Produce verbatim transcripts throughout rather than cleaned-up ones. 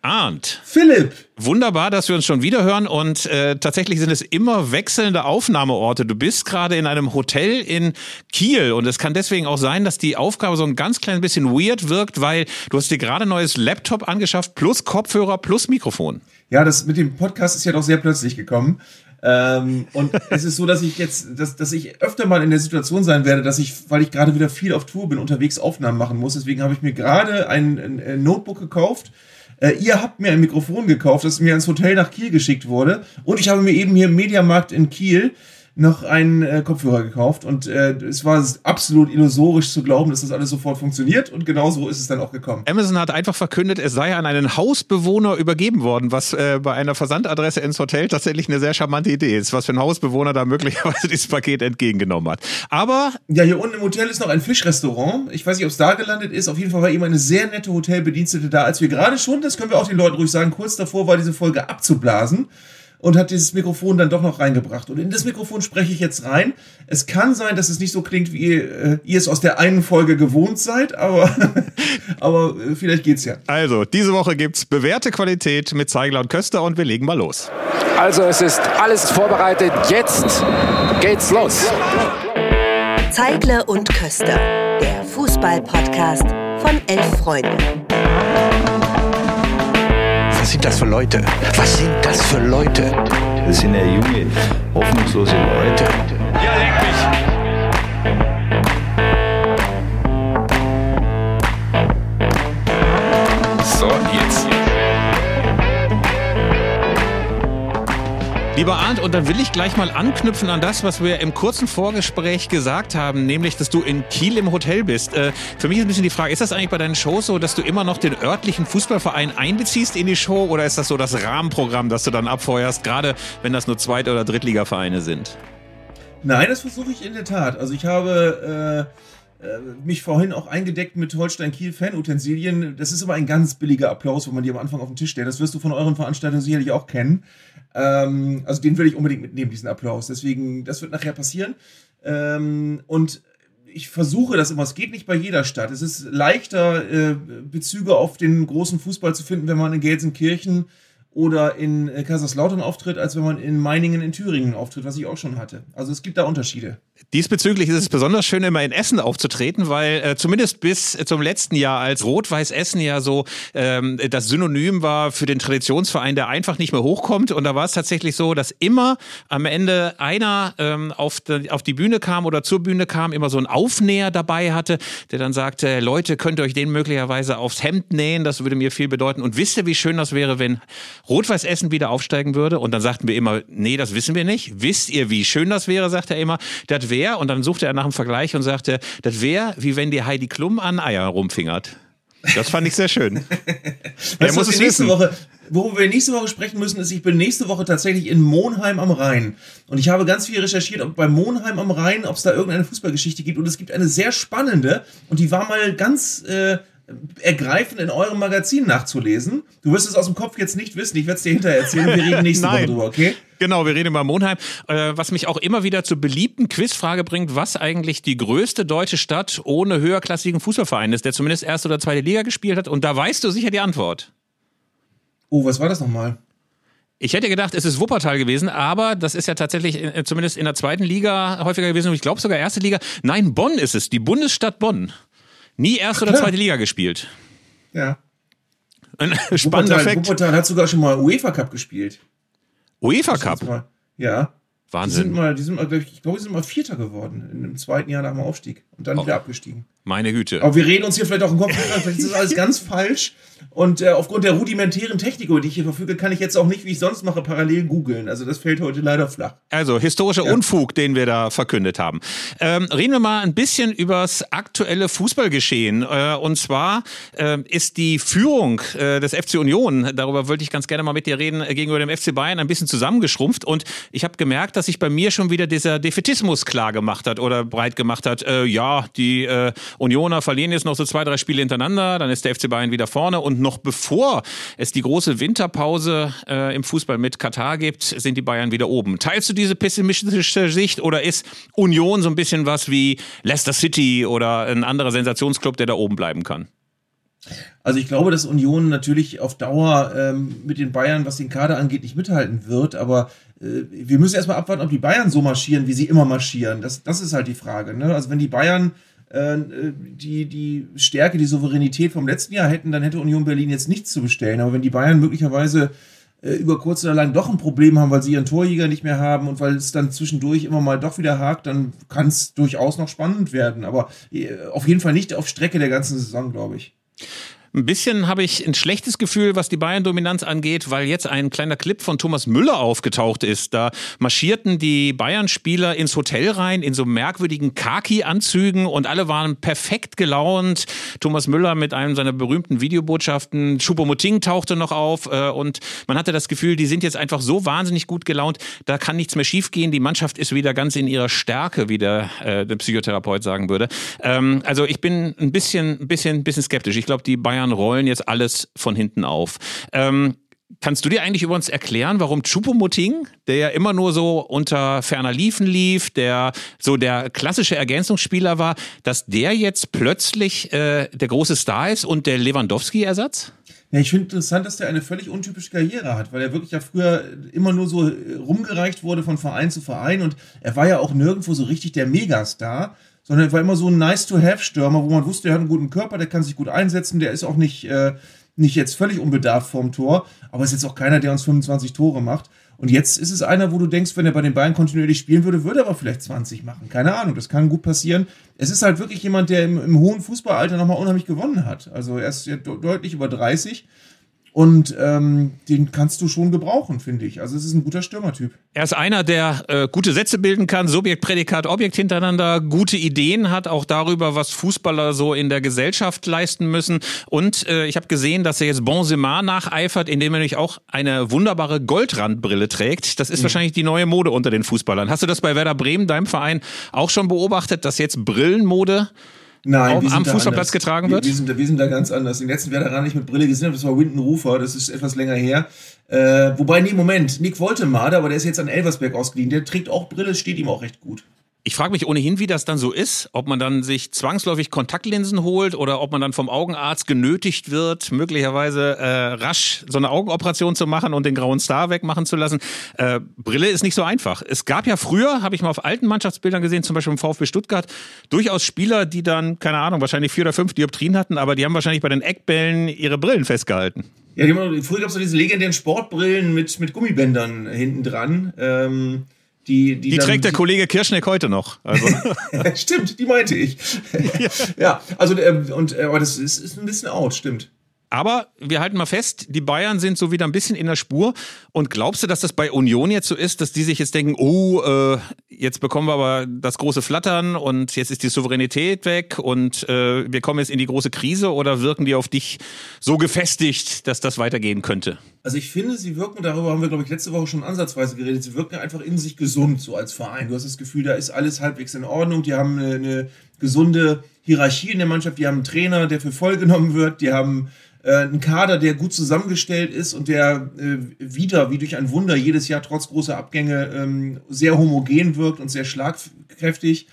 Arndt. Philipp. Wunderbar, dass wir uns schon wieder hören und äh, tatsächlich sind es immer wechselnde Aufnahmeorte. Du bist gerade in einem Hotel in Kiel und es kann deswegen auch sein, dass die Aufgabe so ein ganz klein bisschen weird wirkt, weil du hast dir gerade ein neues Laptop angeschafft plus Kopfhörer plus Mikrofon. Ja, das mit dem Podcast ist ja doch sehr plötzlich gekommen. Ähm, und es ist so, dass ich jetzt, dass, dass ich öfter mal in der Situation sein werde, dass ich, weil ich gerade wieder viel auf Tour bin, unterwegs Aufnahmen machen muss. Deswegen habe ich mir gerade ein, ein, ein Notebook gekauft. Äh, ihr habt mir ein Mikrofon gekauft, das mir ins Hotel nach Kiel geschickt wurde. Und ich habe mir eben hier im Mediamarkt in Kiel noch einen äh, Kopfhörer gekauft. Und äh, es war absolut illusorisch zu glauben, dass das alles sofort funktioniert. Und genau so ist es dann auch gekommen. Amazon hat einfach verkündet, es sei an einen Hausbewohner übergeben worden, was äh, bei einer Versandadresse ins Hotel tatsächlich eine sehr charmante Idee ist, was für ein Hausbewohner da möglicherweise dieses Paket entgegengenommen hat. Aber... Ja, hier unten im Hotel ist noch ein Fischrestaurant. Ich weiß nicht, ob es da gelandet ist. Auf jeden Fall war eben eine sehr nette Hotelbedienstete da, als wir gerade schon, das können wir auch den Leuten ruhig sagen, kurz davor war, diese Folge abzublasen. Und hat dieses Mikrofon dann doch noch reingebracht. Und in das Mikrofon spreche ich jetzt rein. Es kann sein, dass es nicht so klingt, wie ihr, äh, ihr es aus der einen Folge gewohnt seid, aber, aber äh, vielleicht geht's ja. Also, diese Woche gibt's bewährte Qualität mit Zeigler und Köster und wir legen mal los. Also, es ist alles vorbereitet. Jetzt geht's los. Zeigler und Köster, der Fußball-Podcast von Elf Freunde. Was sind das für Leute? Was sind das für Leute? Das sind ja junge, hoffnungslose Leute. Ja, leck mich. So, jetzt. Lieber Arndt, und dann will ich gleich mal anknüpfen an das, was wir im kurzen Vorgespräch gesagt haben, nämlich, dass du in Kiel im Hotel bist. Äh, für mich ist ein bisschen die Frage, ist das eigentlich bei deinen Shows so, dass du immer noch den örtlichen Fußballverein einbeziehst in die Show oder ist das so das Rahmenprogramm, das du dann abfeuerst, gerade wenn das nur Zweit- oder Drittligavereine sind? Nein, das versuche ich in der Tat. Also ich habe äh, äh, mich vorhin auch eingedeckt mit Holstein-Kiel-Fan-Utensilien. Das ist aber ein ganz billiger Applaus, wenn man die am Anfang auf den Tisch stellt. Das wirst du von euren Veranstaltungen sicherlich auch kennen. Ähm, also den will ich unbedingt mitnehmen, diesen Applaus. Deswegen, das wird nachher passieren. Ähm, und ich versuche das immer. Es geht nicht bei jeder Stadt. Es ist leichter, äh, Bezüge auf den großen Fußball zu finden, wenn man in Gelsenkirchen oder in äh, Kaiserslautern auftritt, als wenn man in Meiningen in Thüringen auftritt, was ich auch schon hatte. Also es gibt da Unterschiede. Diesbezüglich ist es besonders schön, immer in Essen aufzutreten, weil äh, zumindest bis zum letzten Jahr, als Rot-Weiß Essen ja so ähm, das Synonym war für den Traditionsverein, der einfach nicht mehr hochkommt. Und da war es tatsächlich so, dass immer am Ende einer ähm, auf, die, auf die Bühne kam oder zur Bühne kam, immer so einen Aufnäher dabei hatte, der dann sagte, Leute, könnt ihr euch den möglicherweise aufs Hemd nähen, das würde mir viel bedeuten. Und wisst ihr, wie schön das wäre, wenn Rot-Weiß Essen wieder aufsteigen würde? Und dann sagten wir immer, nee, das wissen wir nicht. Wisst ihr, wie schön das wäre, sagt er immer. Das wäre, und dann suchte er nach einem Vergleich und sagte, das wäre, wie wenn die Heidi Klum an Eier rumfingert. Das fand ich sehr schön. Er muss es wissen. Woche, worüber wir nächste Woche sprechen müssen, ist, ich bin nächste Woche tatsächlich in Monheim am Rhein. Und ich habe ganz viel recherchiert, ob bei Monheim am Rhein, ob es da irgendeine Fußballgeschichte gibt. Und es gibt eine sehr spannende, und die war mal ganz äh, ergreifend in eurem Magazin nachzulesen. Du wirst es aus dem Kopf jetzt nicht wissen, ich werde es dir hinterher erzählen. Wir reden nächste Woche drüber, okay? Genau, wir reden über Monheim, äh, was mich auch immer wieder zur beliebten Quizfrage bringt, was eigentlich die größte deutsche Stadt ohne höherklassigen Fußballverein ist, der zumindest erste oder zweite Liga gespielt hat. Und da weißt du sicher die Antwort. Oh, was war das nochmal? Ich hätte gedacht, es ist Wuppertal gewesen, aber das ist ja tatsächlich äh, zumindest in der zweiten Liga häufiger gewesen und ich glaube sogar erste Liga. Nein, Bonn ist es, die Bundesstadt Bonn. Nie erste oder zweite Liga gespielt. Ja. Ein spannender Wuppertal, Fakt. Wuppertal hat sogar schon mal UEFA Cup gespielt. UEFA Cup? Ja. Wahnsinn. Die sind mal, die sind mal, ich glaube, die sind mal Vierter geworden im zweiten Jahr nach dem Aufstieg und dann oh. wieder abgestiegen. Meine Güte. Aber wir reden uns hier vielleicht auch im Kopf, vielleicht ist das alles ganz falsch. Und äh, aufgrund der rudimentären Technik, über die ich hier verfüge, kann ich jetzt auch nicht, wie ich sonst mache, parallel googeln. Also das fällt heute leider flach. Also historischer ja. Unfug, den wir da verkündet haben. Ähm, reden wir mal ein bisschen übers aktuelle Fußballgeschehen. Äh, und zwar äh, ist die Führung äh, des F C Union, darüber wollte ich ganz gerne mal mit dir reden, äh, gegenüber dem F C Bayern ein bisschen zusammengeschrumpft. Und ich habe gemerkt, dass sich bei mir schon wieder dieser Defätismus klar gemacht hat oder breit gemacht hat. Äh, ja, die äh, Unioner verlieren jetzt noch so zwei, drei Spiele hintereinander, dann ist der F C Bayern wieder vorne und noch bevor es die große Winterpause äh, im Fußball mit Katar gibt, sind die Bayern wieder oben. Teilst du diese pessimistische Sicht oder ist Union so ein bisschen was wie Leicester City oder ein anderer Sensationsclub, der da oben bleiben kann? Also ich glaube, dass Union natürlich auf Dauer ähm, mit den Bayern, was den Kader angeht, nicht mithalten wird, aber äh, wir müssen erstmal abwarten, ob die Bayern so marschieren, wie sie immer marschieren. Das, das ist halt die Frage, ne? Also wenn die Bayern äh, die, die Stärke, die Souveränität vom letzten Jahr hätten, dann hätte Union Berlin jetzt nichts zu bestellen. Aber wenn die Bayern möglicherweise äh, über kurz oder lang doch ein Problem haben, weil sie ihren Torjäger nicht mehr haben und weil es dann zwischendurch immer mal doch wieder hakt, dann kann es durchaus noch spannend werden. Aber äh, auf jeden Fall nicht auf Strecke der ganzen Saison, glaube ich. Ein bisschen habe ich ein schlechtes Gefühl, was die Bayern-Dominanz angeht, weil jetzt ein kleiner Clip von Thomas Müller aufgetaucht ist. Da marschierten die Bayern-Spieler ins Hotel rein in so merkwürdigen Khaki-Anzügen und alle waren perfekt gelaunt. Thomas Müller mit einem seiner berühmten Videobotschaften, Choupo-Moting tauchte noch auf und man hatte das Gefühl, die sind jetzt einfach so wahnsinnig gut gelaunt, da kann nichts mehr schiefgehen. Die Mannschaft ist wieder ganz in ihrer Stärke, wie der, äh, der Psychotherapeut sagen würde. Ähm, also ich bin ein bisschen, ein bisschen, ein bisschen skeptisch. Ich glaube, die Bayern rollen jetzt alles von hinten auf. Ähm, kannst du dir eigentlich über uns erklären, warum Choupo-Moting, der ja immer nur so unter ferner Liefen lief, der so der klassische Ergänzungsspieler war, dass der jetzt plötzlich äh, der große Star ist und der Lewandowski-Ersatz? Ja, ich finde interessant, dass der eine völlig untypische Karriere hat, weil er wirklich ja früher immer nur so rumgereicht wurde von Verein zu Verein und er war ja auch nirgendwo so richtig der Megastar, sondern er war immer so ein Nice-to-have-Stürmer, wo man wusste, er hat einen guten Körper, der kann sich gut einsetzen, der ist auch nicht, äh, nicht jetzt völlig unbedarft vorm Tor, aber ist jetzt auch keiner, der uns fünfundzwanzig Tore macht. Und jetzt ist es einer, wo du denkst, wenn er bei den Bayern kontinuierlich spielen würde, würde er aber vielleicht zwanzig machen. Keine Ahnung, das kann gut passieren. Es ist halt wirklich jemand, der im, im hohen Fußballalter nochmal unheimlich gewonnen hat. Also er ist ja de- deutlich über dreißig. Und ähm, den kannst du schon gebrauchen, finde ich. Also es ist ein guter Stürmertyp. Er ist einer, der äh, gute Sätze bilden kann, Subjekt, Prädikat, Objekt hintereinander, gute Ideen hat, auch darüber, was Fußballer so in der Gesellschaft leisten müssen. Und äh, ich habe gesehen, dass er jetzt Benzema nacheifert, indem er nämlich auch eine wunderbare Goldrandbrille trägt. Das ist mhm. wahrscheinlich die neue Mode unter den Fußballern. Hast du das bei Werder Bremen, deinem Verein, auch schon beobachtet, dass jetzt Brillenmode Nein, auf, am Fußballplatz anders. getragen wird? Wir, wir, sind da, wir sind da ganz anders. Den letzten Veteranen nicht mit Brille gesehen habe, das war Winton Rufer, das ist etwas länger her. Äh, wobei, nee, Moment, Nick Woltemade, aber der ist jetzt an Elversberg ausgeliehen, der trägt auch Brille, steht ihm auch recht gut. Ich frage mich ohnehin, wie das dann so ist, ob man dann sich zwangsläufig Kontaktlinsen holt oder ob man dann vom Augenarzt genötigt wird, möglicherweise äh, rasch so eine Augenoperation zu machen und den grauen Star wegmachen zu lassen. Äh, Brille ist nicht so einfach. Es gab ja früher, habe ich mal auf alten Mannschaftsbildern gesehen, zum Beispiel im VfB Stuttgart, durchaus Spieler, die dann, keine Ahnung, wahrscheinlich vier oder fünf Dioptrien hatten, aber die haben wahrscheinlich bei den Eckbällen ihre Brillen festgehalten. Ja, die haben, früher gab es so diese legendären Sportbrillen mit, mit Gummibändern hinten dran. Ähm Die, die, die dann, trägt der die, Kollege Kirschneck heute noch. Also. Stimmt, die meinte ich. ja. ja, also äh, und äh, aber das ist, ist ein bisschen out, stimmt. Aber wir halten mal fest, die Bayern sind so wieder ein bisschen in der Spur. Und glaubst du, dass das bei Union jetzt so ist, dass die sich jetzt denken, oh, äh, jetzt bekommen wir aber das große Flattern und jetzt ist die Souveränität weg und äh, wir kommen jetzt in die große Krise, oder wirken die auf dich so gefestigt, dass das weitergehen könnte? Also ich finde, sie wirken, darüber haben wir, glaube ich, letzte Woche schon ansatzweise geredet, sie wirken einfach in sich gesund, so als Verein. Du hast das Gefühl, da ist alles halbwegs in Ordnung, die haben eine, eine gesunde Hierarchie in der Mannschaft, die haben einen Trainer, der für voll genommen wird, die haben äh, einen Kader, der gut zusammengestellt ist und der äh, wieder, wie durch ein Wunder, jedes Jahr trotz großer Abgänge ähm, sehr homogen wirkt und sehr schlagkräftig.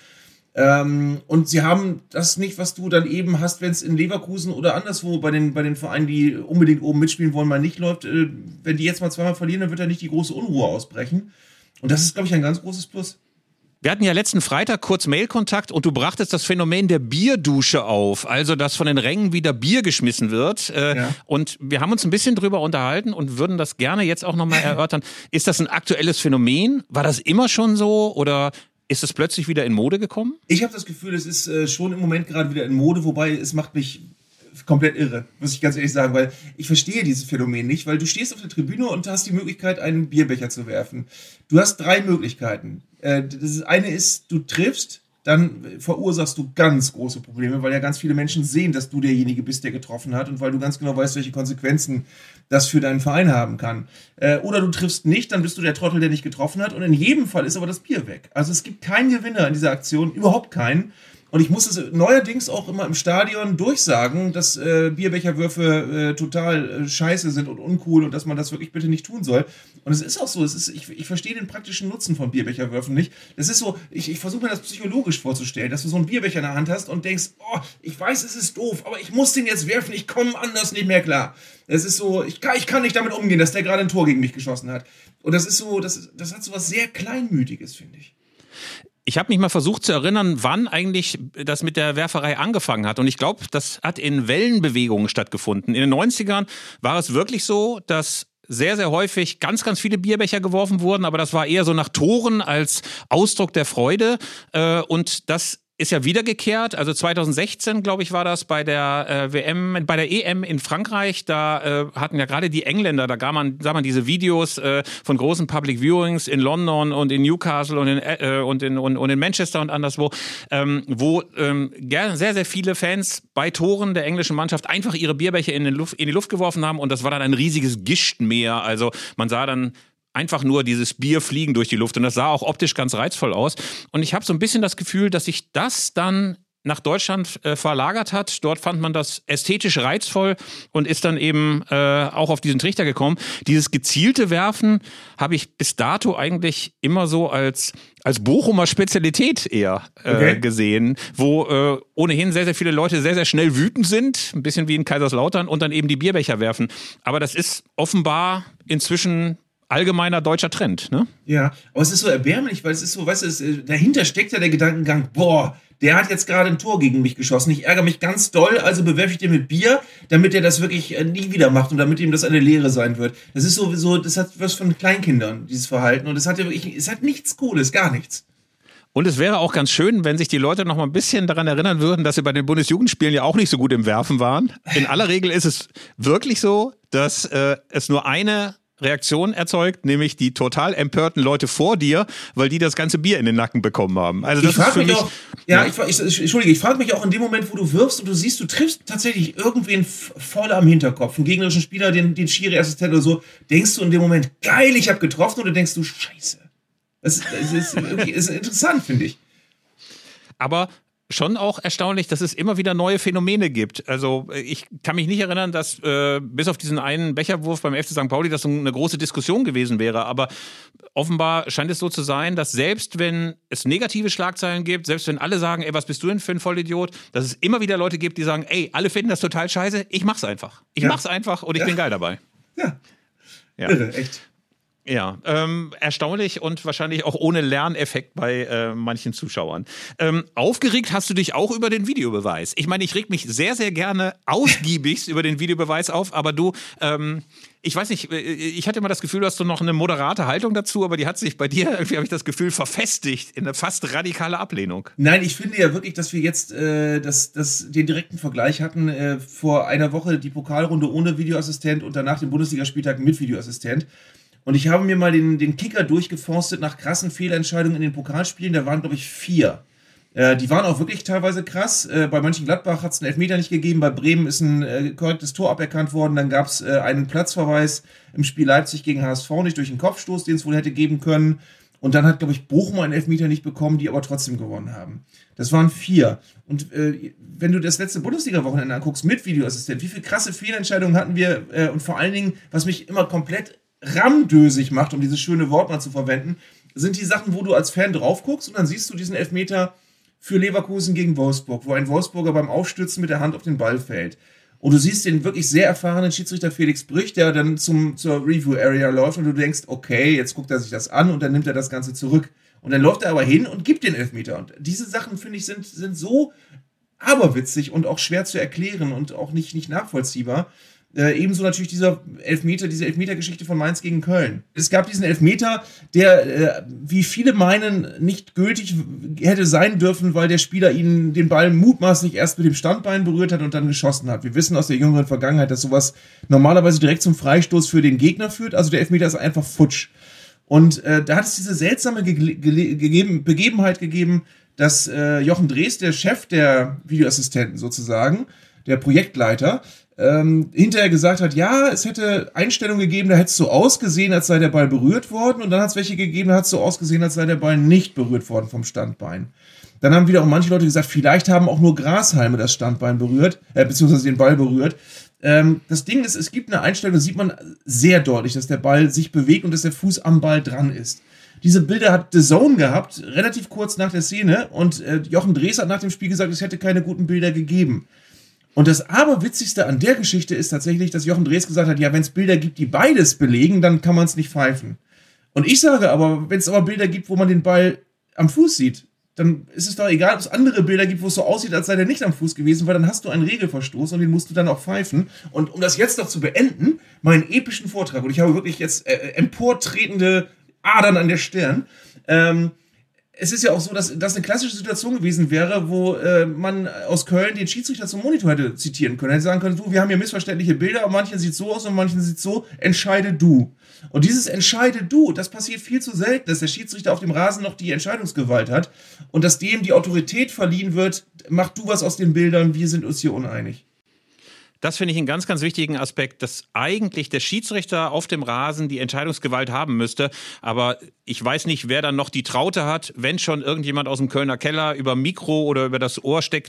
Ähm, und sie haben das nicht, was du dann eben hast, wenn es in Leverkusen oder anderswo bei den, bei den Vereinen, die unbedingt oben mitspielen wollen, mal nicht läuft. Äh, wenn die jetzt mal zweimal verlieren, dann wird da nicht die große Unruhe ausbrechen. Und das ist, glaube ich, ein ganz großes Plus. Wir hatten ja letzten Freitag kurz Mailkontakt und du brachtest das Phänomen der Bierdusche auf, also dass von den Rängen wieder Bier geschmissen wird. Äh, ja. Und wir haben uns ein bisschen drüber unterhalten und würden das gerne jetzt auch nochmal erörtern. Ist das ein aktuelles Phänomen? War das immer schon so oder ist es plötzlich wieder in Mode gekommen? Ich habe das Gefühl, es ist äh, schon im Moment gerade wieder in Mode, wobei es macht mich komplett irre, muss ich ganz ehrlich sagen, weil ich verstehe dieses Phänomen nicht, weil du stehst auf der Tribüne und hast die Möglichkeit, einen Bierbecher zu werfen. Du hast drei Möglichkeiten. Äh, das eine ist, du triffst, dann verursachst du ganz große Probleme, weil ja ganz viele Menschen sehen, dass du derjenige bist, der getroffen hat und weil du ganz genau weißt, welche Konsequenzen das für deinen Verein haben kann. Äh, oder du triffst nicht, dann bist du der Trottel, der nicht getroffen hat und in jedem Fall ist aber das Bier weg. Also es gibt keinen Gewinner in dieser Aktion, überhaupt keinen. Und ich muss es neuerdings auch immer im Stadion durchsagen, dass äh, Bierbecherwürfe äh, total äh, scheiße sind und uncool und dass man das wirklich bitte nicht tun soll. Und es ist auch so, es ist, ich, ich verstehe den praktischen Nutzen von Bierbecherwürfen nicht. Das ist so, ich, ich versuche mir das psychologisch vorzustellen, dass du so einen Bierbecher in der Hand hast und denkst, oh, ich weiß, es ist doof, aber ich muss den jetzt werfen, ich komme anders nicht mehr klar. Es ist so, ich kann, ich kann nicht damit umgehen, dass der gerade ein Tor gegen mich geschossen hat. Und das ist so, das, das hat so was sehr Kleinmütiges, finde ich. Ich habe mich mal versucht zu erinnern, wann eigentlich das mit der Werferei angefangen hat. Und ich glaube, das hat in Wellenbewegungen stattgefunden. In den neunzigern war es wirklich so, dass sehr, sehr häufig ganz, ganz viele Bierbecher geworfen wurden. Aber das war eher so nach Toren als Ausdruck der Freude. Und das ist ja wiedergekehrt, also zweitausendsechzehn, glaube ich, war das bei der äh, W M, bei der E M in Frankreich, da äh, hatten ja gerade die Engländer, da sah man, sah man diese Videos äh, von großen Public Viewings in London und in Newcastle und in, äh, und in, und, und in Manchester und anderswo, ähm, wo ähm, sehr, sehr viele Fans bei Toren der englischen Mannschaft einfach ihre Bierbecher in, den Luft, in die Luft geworfen haben und das war dann ein riesiges Gischtmeer, also man sah dann einfach nur dieses Bier fliegen durch die Luft und das sah auch optisch ganz reizvoll aus. Und ich habe so ein bisschen das Gefühl, dass sich das dann nach Deutschland äh, verlagert hat. Dort fand man das ästhetisch reizvoll und ist dann eben äh, auch auf diesen Trichter gekommen. Dieses gezielte Werfen habe ich bis dato eigentlich immer so als, als Bochumer Spezialität eher äh, okay. gesehen, wo äh, ohnehin sehr, sehr viele Leute sehr, sehr schnell wütend sind, ein bisschen wie in Kaiserslautern und dann eben die Bierbecher werfen. Aber das ist offenbar inzwischen allgemeiner deutscher Trend, ne? Ja, aber es ist so erbärmlich, weil es ist so, weißt du, es, dahinter steckt ja der Gedankengang, boah, der hat jetzt gerade ein Tor gegen mich geschossen, ich ärgere mich ganz doll, also bewerfe ich den mit Bier, damit er das wirklich nie wieder macht und damit ihm das eine Lehre sein wird. Das ist so, so das hat was von Kleinkindern, dieses Verhalten, und es hat ja wirklich, es hat nichts Cooles, gar nichts. Und es wäre auch ganz schön, wenn sich die Leute noch mal ein bisschen daran erinnern würden, dass sie bei den Bundesjugendspielen ja auch nicht so gut im Werfen waren. In aller Regel ist es wirklich so, dass äh, es nur eine Reaktion erzeugt, nämlich die total empörten Leute vor dir, weil die das ganze Bier in den Nacken bekommen haben. Also das ich frage ist für mich mich auch, ja, ja. Ich, ich, Entschuldige, ich frage mich auch in dem Moment, wo du wirfst und du siehst, du triffst tatsächlich irgendwen voll am Hinterkopf, einen gegnerischen Spieler, den, den Schiri-Assistent oder so, denkst du in dem Moment, geil, ich habe getroffen, oder denkst du, scheiße. Das, das ist, irgendwie, ist interessant, finde ich. Aber schon auch erstaunlich, dass es immer wieder neue Phänomene gibt. Also ich kann mich nicht erinnern, dass äh, bis auf diesen einen Becherwurf beim F C Sankt Pauli das so eine große Diskussion gewesen wäre. Aber offenbar scheint es so zu sein, dass selbst wenn es negative Schlagzeilen gibt, selbst wenn alle sagen, ey, was bist du denn für ein Vollidiot, dass es immer wieder Leute gibt, die sagen, ey, alle finden das total scheiße, ich mach's einfach. Ich ja. mach's einfach und ich ja. bin geil dabei. Ja, ja. Irre, echt. Ja, ähm, erstaunlich und wahrscheinlich auch ohne Lerneffekt bei äh, manchen Zuschauern. Ähm, aufgeregt hast du dich auch über den Videobeweis. Ich meine, ich reg mich sehr, sehr gerne ausgiebigst über den Videobeweis auf, aber du, ähm, ich weiß nicht, ich hatte immer das Gefühl, du hast so noch eine moderate Haltung dazu, aber die hat sich bei dir, irgendwie habe ich das Gefühl, verfestigt in eine fast radikale Ablehnung. Nein, ich finde ja wirklich, dass wir jetzt äh, das, das, den direkten Vergleich hatten, äh, vor einer Woche die Pokalrunde ohne Videoassistent und danach den Bundesligaspieltag mit Videoassistent. Und ich habe mir mal den, den Kicker durchgeforstet nach krassen Fehlentscheidungen in den Pokalspielen. Da waren, glaube ich, vier. Äh, die waren auch wirklich teilweise krass. Äh, bei Mönchengladbach hat es einen Elfmeter nicht gegeben. Bei Bremen ist ein äh, korrektes Tor aberkannt worden. Dann gab es äh, einen Platzverweis im Spiel Leipzig gegen H S V nicht durch einen Kopfstoß, den es wohl hätte geben können. Und dann hat, glaube ich, Bochum einen Elfmeter nicht bekommen, die aber trotzdem gewonnen haben. Das waren vier. Und äh, wenn du das letzte Bundesliga-Wochenende anguckst mit Videoassistent, wie viele krasse Fehlentscheidungen hatten wir? Äh, und vor allen Dingen, was mich immer komplett ramdösig macht, um dieses schöne Wort mal zu verwenden, sind die Sachen, wo du als Fan drauf guckst und dann siehst du diesen Elfmeter für Leverkusen gegen Wolfsburg, wo ein Wolfsburger beim Aufstützen mit der Hand auf den Ball fällt. Und du siehst den wirklich sehr erfahrenen Schiedsrichter Felix Brüch, der dann zum, zur Review-Area läuft und du denkst, okay, jetzt guckt er sich das an und dann nimmt er das Ganze zurück. Und dann läuft er aber hin und gibt den Elfmeter. Und diese Sachen, finde ich, sind, sind so aberwitzig und auch schwer zu erklären und auch nicht, nicht nachvollziehbar. Äh, ebenso natürlich dieser Elfmeter, diese Elfmeter-Geschichte von Mainz gegen Köln. Es gab diesen Elfmeter, der, äh, wie viele meinen, nicht gültig hätte sein dürfen, weil der Spieler ihn den Ball mutmaßlich erst mit dem Standbein berührt hat und dann geschossen hat. Wir wissen aus der jüngeren Vergangenheit, dass sowas normalerweise direkt zum Freistoß für den Gegner führt. Also der Elfmeter ist einfach futsch. Und äh, da hat es diese seltsame Ge- Ge- gegeben, Begebenheit gegeben, dass äh, Jochen Drees, der Chef der Videoassistenten sozusagen, der Projektleiter, ähm, hinterher gesagt hat, ja, es hätte Einstellungen gegeben, da hätte es so ausgesehen, als sei der Ball berührt worden, und dann hat es welche gegeben, da hat es so ausgesehen, als sei der Ball nicht berührt worden vom Standbein. Dann haben wieder auch manche Leute gesagt, vielleicht haben auch nur Grashalme das Standbein berührt, äh, beziehungsweise den Ball berührt. Ähm, das Ding ist, es gibt eine Einstellung, da sieht man sehr deutlich, dass der Ball sich bewegt und dass der Fuß am Ball dran ist. Diese Bilder hat The Zone gehabt, relativ kurz nach der Szene, und äh, Jochen Drees hat nach dem Spiel gesagt, es hätte keine guten Bilder gegeben. Und das Aberwitzigste an der Geschichte ist tatsächlich, dass Jochen Drees gesagt hat, ja, wenn es Bilder gibt, die beides belegen, dann kann man es nicht pfeifen. Und ich sage aber, wenn es aber Bilder gibt, wo man den Ball am Fuß sieht, dann ist es doch egal, ob es andere Bilder gibt, wo es so aussieht, als sei der nicht am Fuß gewesen, weil dann hast du einen Regelverstoß und den musst du dann auch pfeifen. Und um das jetzt noch zu beenden, meinen epischen Vortrag, und ich habe wirklich jetzt äh, emportretende Adern an der Stirn, ähm, es ist ja auch so, dass das eine klassische Situation gewesen wäre, wo äh, man aus Köln den Schiedsrichter zum Monitor hätte zitieren können. Hätte sagen können, du, wir haben hier missverständliche Bilder, und manchen sieht so aus und manchen sieht so, entscheide du. Und dieses Entscheide du, das passiert viel zu selten, dass der Schiedsrichter auf dem Rasen noch die Entscheidungsgewalt hat und dass dem die Autorität verliehen wird, mach du was aus den Bildern, wir sind uns hier uneinig. Das finde ich einen ganz, ganz wichtigen Aspekt, dass eigentlich der Schiedsrichter auf dem Rasen die Entscheidungsgewalt haben müsste. Aber ich weiß nicht, wer dann noch die Traute hat, wenn schon irgendjemand aus dem Kölner Keller über Mikro oder über das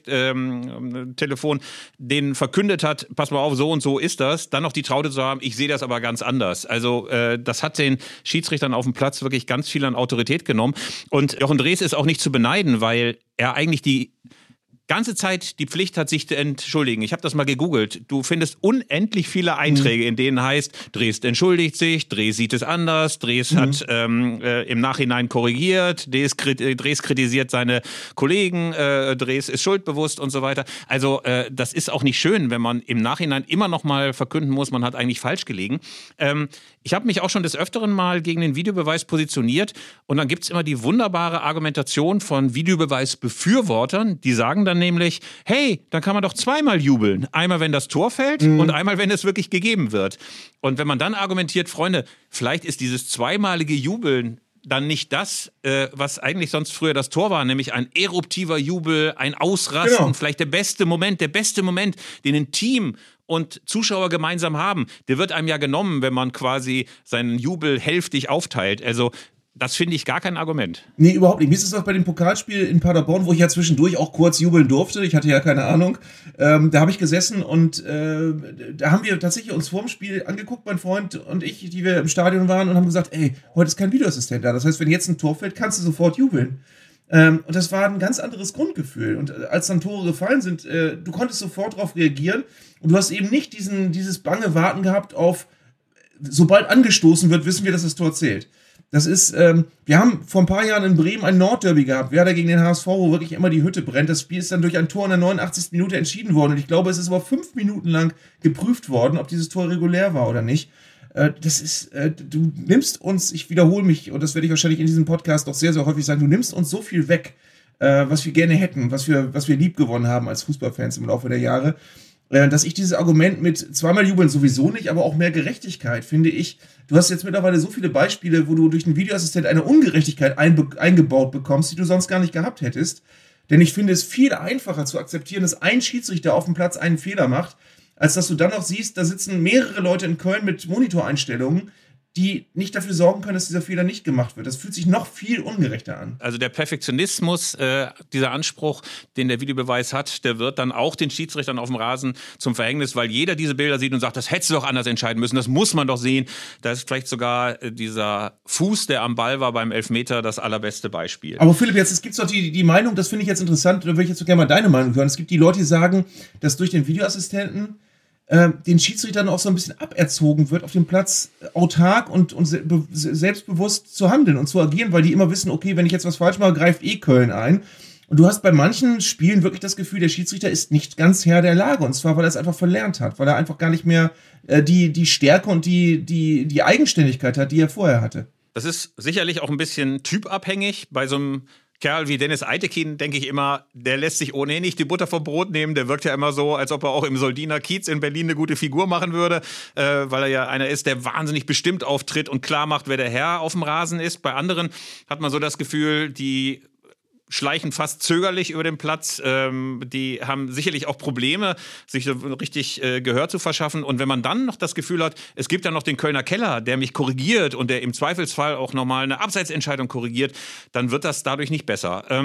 Ohrsteck-Telefon ähm, den verkündet hat, pass mal auf, so und so ist das, dann noch die Traute zu haben, ich sehe das aber ganz anders. Also äh, das hat den Schiedsrichtern auf dem Platz wirklich ganz viel an Autorität genommen. Und Jochen Drees ist auch nicht zu beneiden, weil er eigentlich die ganze Zeit die Pflicht hat, sich zu entschuldigen. Ich habe das mal gegoogelt. Du findest unendlich viele Einträge, in denen heißt, Drees entschuldigt sich, Drees sieht es anders, Drees mhm. hat ähm, äh, im Nachhinein korrigiert, Drees, Drees kritisiert seine Kollegen, äh, Drees ist schuldbewusst und so weiter. Also äh, das ist auch nicht schön, wenn man im Nachhinein immer noch mal verkünden muss, man hat eigentlich falsch gelegen. Ähm, ich habe mich auch schon des Öfteren mal gegen den Videobeweis positioniert, und dann gibt es immer die wunderbare Argumentation von Videobeweisbefürwortern, die sagen dann nämlich, hey, dann kann man doch zweimal jubeln. Einmal, wenn das Tor fällt mhm. und einmal, wenn es wirklich gegeben wird. Und wenn man dann argumentiert, Freunde, vielleicht ist dieses zweimalige Jubeln dann nicht das, äh, was eigentlich sonst früher das Tor war, nämlich ein eruptiver Jubel, ein Ausrasten, genau. Vielleicht der beste Moment, der beste Moment, den ein Team und Zuschauer gemeinsam haben, der wird einem ja genommen, wenn man quasi seinen Jubel hälftig aufteilt. Also das finde ich gar kein Argument. Nee, überhaupt nicht. Mir ist es auch bei dem Pokalspiel in Paderborn, wo ich ja zwischendurch auch kurz jubeln durfte. Ich hatte ja keine Ahnung. Ähm, da habe ich gesessen und äh, da haben wir tatsächlich uns vor dem Spiel angeguckt, mein Freund und ich, die wir im Stadion waren, und haben gesagt, ey, heute ist kein Videoassistent da. Das heißt, wenn jetzt ein Tor fällt, kannst du sofort jubeln. Ähm, und das war ein ganz anderes Grundgefühl. Und äh, als dann Tore gefallen sind, äh, du konntest sofort darauf reagieren und du hast eben nicht diesen, dieses bange Warten gehabt auf, sobald angestoßen wird, wissen wir, dass das Tor zählt. Das ist, ähm, wir haben vor ein paar Jahren in Bremen ein Nordderby gehabt, Werder gegen den H S V, wo wirklich immer die Hütte brennt. Das Spiel ist dann durch ein Tor in der neunundachtzigsten Minute entschieden worden. Und ich glaube, es ist aber fünf Minuten lang geprüft worden, ob dieses Tor regulär war oder nicht. Äh, das ist, äh, du nimmst uns, ich wiederhole mich, und das werde ich wahrscheinlich in diesem Podcast auch sehr, sehr häufig sagen, du nimmst uns so viel weg, äh, was wir gerne hätten, was wir, was wir lieb gewonnen haben als Fußballfans im Laufe der Jahre, äh, dass ich dieses Argument mit zweimal jubeln sowieso nicht, aber auch mehr Gerechtigkeit, finde ich. Du hast jetzt mittlerweile so viele Beispiele, wo du durch einen Videoassistent eine Ungerechtigkeit einbe- eingebaut bekommst, die du sonst gar nicht gehabt hättest. Denn ich finde es viel einfacher zu akzeptieren, dass ein Schiedsrichter auf dem Platz einen Fehler macht, als dass du dann noch siehst, da sitzen mehrere Leute in Köln mit Monitoreinstellungen, die nicht dafür sorgen können, dass dieser Fehler nicht gemacht wird. Das fühlt sich noch viel ungerechter an. Also der Perfektionismus, äh, dieser Anspruch, den der Videobeweis hat, der wird dann auch den Schiedsrichtern auf dem Rasen zum Verhängnis, weil jeder diese Bilder sieht und sagt, das hättest du doch anders entscheiden müssen, das muss man doch sehen. Da ist vielleicht sogar äh, dieser Fuß, der am Ball war beim Elfmeter, das allerbeste Beispiel. Aber Philipp, jetzt es gibt doch die, die Meinung, das finde ich jetzt interessant, da würde ich jetzt so gerne mal deine Meinung hören. Es gibt die Leute, die sagen, dass durch den Videoassistenten den Schiedsrichtern auch so ein bisschen aberzogen wird, auf dem Platz autark und, und selbstbewusst zu handeln und zu agieren, weil die immer wissen, okay, wenn ich jetzt was falsch mache, greift eh Köln ein. Und du hast bei manchen Spielen wirklich das Gefühl, der Schiedsrichter ist nicht ganz Herr der Lage. Und zwar, weil er es einfach verlernt hat, weil er einfach gar nicht mehr äh, die, die Stärke und die, die, die Eigenständigkeit hat, die er vorher hatte. Das ist sicherlich auch ein bisschen typabhängig. Bei so einem Kerl wie Dennis Eitekin, denke ich immer, der lässt sich ohnehin nicht die Butter vom Brot nehmen. Der wirkt ja immer so, als ob er auch im Soldiner Kiez in Berlin eine gute Figur machen würde, äh, weil er ja einer ist, der wahnsinnig bestimmt auftritt und klar macht, wer der Herr auf dem Rasen ist. Bei anderen hat man so das Gefühl, die schleichen fast zögerlich über den Platz. Ähm, die haben sicherlich auch Probleme, sich so richtig äh, Gehör zu verschaffen. Und wenn man dann noch das Gefühl hat, es gibt ja noch den Kölner Keller, der mich korrigiert und der im Zweifelsfall auch nochmal eine Abseitsentscheidung korrigiert, dann wird das dadurch nicht besser. Ähm,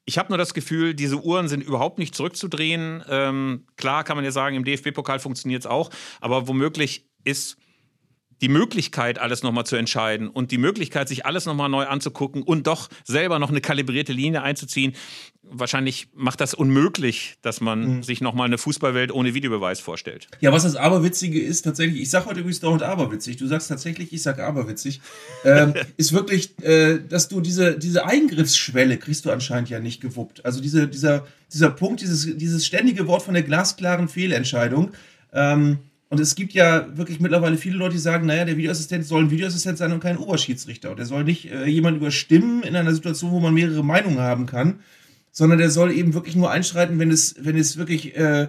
Ich habe nur das Gefühl, diese Uhren sind überhaupt nicht zurückzudrehen. Ähm, klar kann man ja sagen, im D F B-Pokal funktioniert es auch, aber womöglich ist die Möglichkeit, alles nochmal zu entscheiden und die Möglichkeit, sich alles nochmal neu anzugucken und doch selber noch eine kalibrierte Linie einzuziehen, wahrscheinlich macht das unmöglich, dass man mhm. sich nochmal eine Fußballwelt ohne Videobeweis vorstellt. Ja, was das Aberwitzige ist, tatsächlich, ich sag heute übrigens dauernd aberwitzig, du sagst tatsächlich, ich sag aberwitzig, ähm, ist wirklich, äh, dass du diese, diese Eingriffsschwelle kriegst du anscheinend ja nicht gewuppt. Also diese, dieser, dieser Punkt, dieses, dieses ständige Wort von der glasklaren Fehlentscheidung, ähm, und es gibt ja wirklich mittlerweile viele Leute, die sagen, naja, der Videoassistent soll ein Videoassistent sein und kein Oberschiedsrichter. Und der soll nicht äh, jemanden überstimmen in einer Situation, wo man mehrere Meinungen haben kann, sondern der soll eben wirklich nur einschreiten, wenn es, wenn es wirklich äh,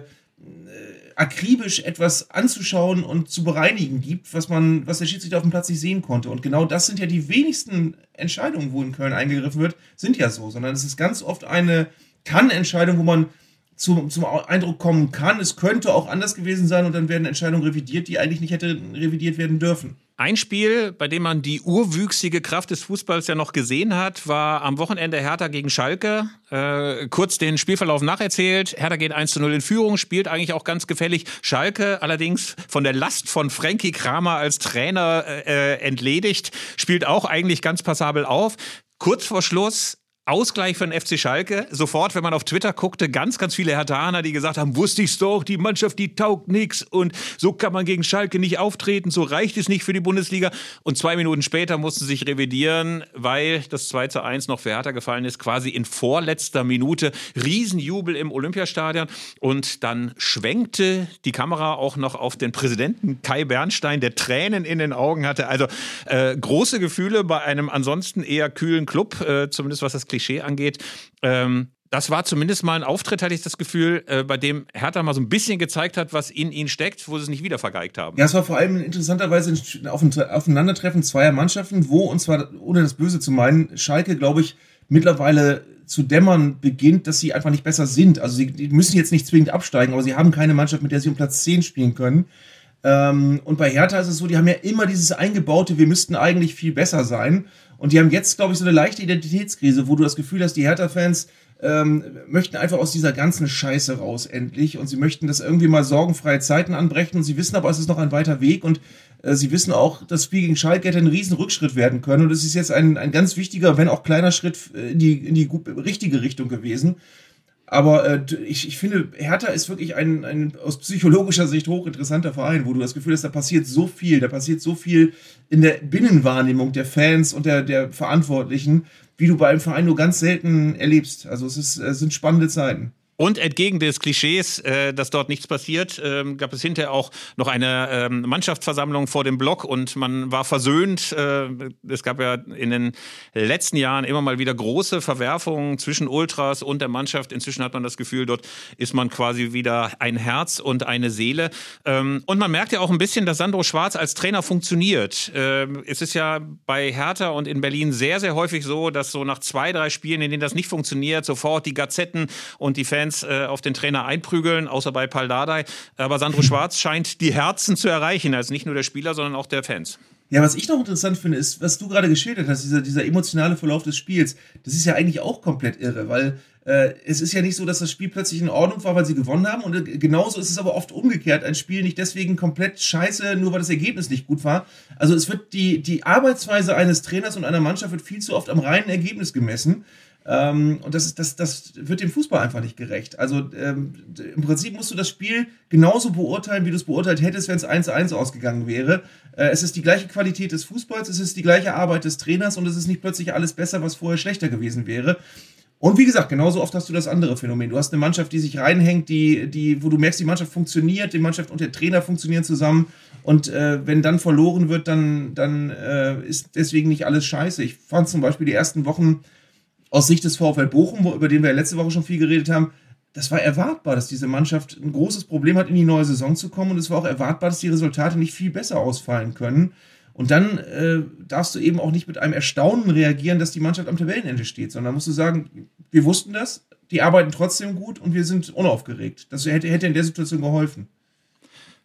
akribisch etwas anzuschauen und zu bereinigen gibt, was man, was der Schiedsrichter auf dem Platz nicht sehen konnte. Und genau das sind ja die wenigsten Entscheidungen, wo in Köln eingegriffen wird, sind ja so. Sondern es ist ganz oft eine Kann-Entscheidung, wo man Zum, zum Eindruck kommen kann, es könnte auch anders gewesen sein und dann werden Entscheidungen revidiert, die eigentlich nicht hätten revidiert werden dürfen. Ein Spiel, bei dem man die urwüchsige Kraft des Fußballs ja noch gesehen hat, war am Wochenende Hertha gegen Schalke. Äh, kurz den Spielverlauf nacherzählt. Hertha geht eins zu null in Führung, spielt eigentlich auch ganz gefällig. Schalke allerdings von der Last von Frankie Kramer als Trainer äh, entledigt, spielt auch eigentlich ganz passabel auf. Kurz vor Schluss Ausgleich für den F C Schalke. Sofort, wenn man auf Twitter guckte, ganz, ganz viele Herthaner, die gesagt haben, wusste ich's doch, die Mannschaft, die taugt nix und so kann man gegen Schalke nicht auftreten, so reicht es nicht für die Bundesliga. Und zwei Minuten später mussten sie sich revidieren, weil das zwei zu eins noch für Hertha gefallen ist, quasi in vorletzter Minute. Riesenjubel im Olympiastadion und dann schwenkte die Kamera auch noch auf den Präsidenten Kai Bernstein, der Tränen in den Augen hatte. Also äh, große Gefühle bei einem ansonsten eher kühlen Club, äh, zumindest was das Klischee angeht. Ähm, das war zumindest mal ein Auftritt, hatte ich das Gefühl, äh, bei dem Hertha mal so ein bisschen gezeigt hat, was in ihnen steckt, wo sie es nicht wieder vergeigt haben. Ja, es war vor allem interessanterweise ein Aufeinandertreffen zweier Mannschaften, wo, und zwar ohne das Böse zu meinen, Schalke, glaube ich, mittlerweile zu dämmern beginnt, dass sie einfach nicht besser sind. Also sie die müssen jetzt nicht zwingend absteigen, aber sie haben keine Mannschaft, mit der sie um Platz zehn spielen können. Ähm, und bei Hertha ist es so, die haben ja immer dieses eingebaute, wir müssten eigentlich viel besser sein. Und die haben jetzt, glaube ich, so eine leichte Identitätskrise, wo du das Gefühl hast, die Hertha-Fans ähm, möchten einfach aus dieser ganzen Scheiße raus endlich. Und sie möchten, dass irgendwie mal sorgenfreie Zeiten anbrechen. Und sie wissen aber, es ist noch ein weiter Weg. Und äh, sie wissen auch, das Spiel gegen Schalke hätte ein riesen Rückschritt werden können. Und es ist jetzt ein, ein ganz wichtiger, wenn auch kleiner Schritt in die, in die richtige Richtung gewesen. Aber äh, ich, ich finde, Hertha ist wirklich ein, ein aus psychologischer Sicht hochinteressanter Verein, wo du das Gefühl hast, da passiert so viel, da passiert so viel in der Binnenwahrnehmung der Fans und der, der Verantwortlichen, wie du bei einem Verein nur ganz selten erlebst. Also es, ist, es sind spannende Zeiten. Und entgegen des Klischees, äh, dass dort nichts passiert, ähm, gab es hinterher auch noch eine ähm, Mannschaftsversammlung vor dem Block und man war versöhnt. Äh, es gab ja in den letzten Jahren immer mal wieder große Verwerfungen zwischen Ultras und der Mannschaft. Inzwischen hat man das Gefühl, dort ist man quasi wieder ein Herz und eine Seele. Ähm, und man merkt ja auch ein bisschen, dass Sandro Schwarz als Trainer funktioniert. Ähm, es ist ja bei Hertha und in Berlin sehr, sehr häufig so, dass so nach zwei, drei Spielen, in denen das nicht funktioniert, sofort die Gazetten und die Fans auf den Trainer einprügeln, außer bei Pal Dardai. Aber Sandro Schwarz scheint die Herzen zu erreichen, also nicht nur der Spieler, sondern auch der Fans. Ja, was ich noch interessant finde, ist, was du gerade geschildert hast, dieser, dieser emotionale Verlauf des Spiels. Das ist ja eigentlich auch komplett irre, weil äh, es ist ja nicht so, dass das Spiel plötzlich in Ordnung war, weil sie gewonnen haben. Und äh, genauso ist es aber oft umgekehrt. Ein Spiel nicht deswegen komplett scheiße, nur weil das Ergebnis nicht gut war. Also es wird die, die Arbeitsweise eines Trainers und einer Mannschaft wird viel zu oft am reinen Ergebnis gemessen. Ähm, und das, ist, das, das wird dem Fußball einfach nicht gerecht. Also ähm, im Prinzip musst du das Spiel genauso beurteilen, wie du es beurteilt hättest, wenn es eins zu eins ausgegangen wäre. Äh, es ist die gleiche Qualität des Fußballs, es ist die gleiche Arbeit des Trainers und es ist nicht plötzlich alles besser, was vorher schlechter gewesen wäre. Und wie gesagt, genauso oft hast du das andere Phänomen. Du hast eine Mannschaft, die sich reinhängt, die, die, wo du merkst, die Mannschaft funktioniert, die Mannschaft und der Trainer funktionieren zusammen. Und äh, wenn dann verloren wird, dann, dann äh, ist deswegen nicht alles scheiße. Ich fand zum Beispiel die ersten Wochen aus Sicht des VfL Bochum, über den wir ja letzte Woche schon viel geredet haben, das war erwartbar, dass diese Mannschaft ein großes Problem hat, in die neue Saison zu kommen. Und es war auch erwartbar, dass die Resultate nicht viel besser ausfallen können. Und dann äh, darfst du eben auch nicht mit einem Erstaunen reagieren, dass die Mannschaft am Tabellenende steht, sondern musst du sagen, wir wussten das, die arbeiten trotzdem gut und wir sind unaufgeregt. Das hätte, hätte in der Situation geholfen.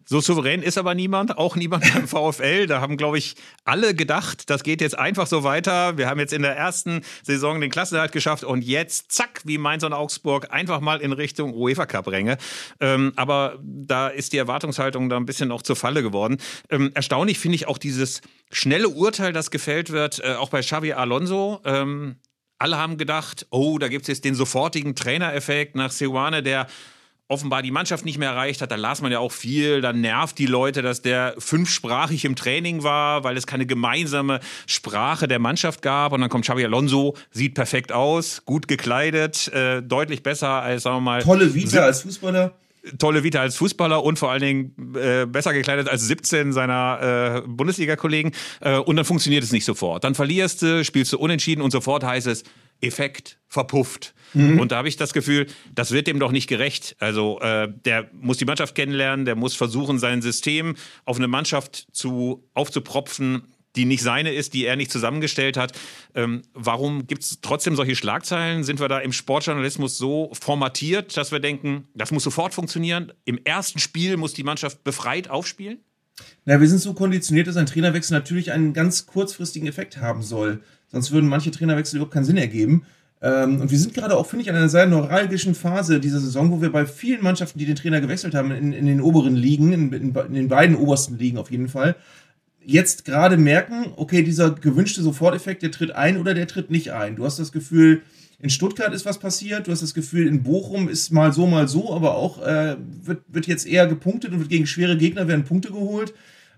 So souverän ist aber niemand, auch niemand beim VfL. Da haben, glaube ich, alle gedacht, das geht jetzt einfach so weiter. Wir haben jetzt in der ersten Saison den Klassenerhalt geschafft und jetzt, zack, wie Mainz und Augsburg, einfach mal in Richtung UEFA-Cup-Ränge. Ähm, aber da ist die Erwartungshaltung da ein bisschen auch zur Falle geworden. Ähm, erstaunlich finde ich auch dieses schnelle Urteil, das gefällt wird, äh, auch bei Xabi Alonso. Ähm, alle haben gedacht, oh, da gibt es jetzt den sofortigen Trainereffekt nach Seoane, der offenbar die Mannschaft nicht mehr erreicht hat. Da las man ja auch viel, da nervt die Leute, dass der fünfsprachig im Training war, weil es keine gemeinsame Sprache der Mannschaft gab. Und dann kommt Xabi Alonso, sieht perfekt aus, gut gekleidet, äh, deutlich besser als, sagen wir mal... Tolle Vita als Fußballer. Tolle Vita als Fußballer und vor allen Dingen äh, besser gekleidet als siebzehn seiner äh, Bundesliga-Kollegen. Äh, und dann funktioniert es nicht sofort. Dann verlierst du, spielst du unentschieden und sofort heißt es, Effekt verpufft. Mhm. Und da habe ich das Gefühl, das wird dem doch nicht gerecht. Also äh, der muss die Mannschaft kennenlernen, der muss versuchen, sein System auf eine Mannschaft zu, aufzupropfen, die nicht seine ist, die er nicht zusammengestellt hat. Ähm, warum gibt es trotzdem solche Schlagzeilen? Sind wir da im Sportjournalismus so formatiert, dass wir denken, das muss sofort funktionieren? Im ersten Spiel muss die Mannschaft befreit aufspielen? Na, wir sind so konditioniert, dass ein Trainerwechsel natürlich einen ganz kurzfristigen Effekt haben soll. Sonst würden manche Trainerwechsel überhaupt keinen Sinn ergeben. Ähm, und wir sind gerade auch, finde ich, in einer sehr neuralgischen Phase dieser Saison, wo wir bei vielen Mannschaften, die den Trainer gewechselt haben, in, in den oberen Ligen, in, in, in den beiden obersten Ligen auf jeden Fall, jetzt gerade merken, okay, dieser gewünschte Soforteffekt, der tritt ein oder der tritt nicht ein. Du hast das Gefühl, in Stuttgart ist was passiert, du hast das Gefühl, in Bochum ist mal so, mal so, aber auch äh, wird, wird jetzt eher gepunktet und wird gegen schwere Gegner werden Punkte geholt.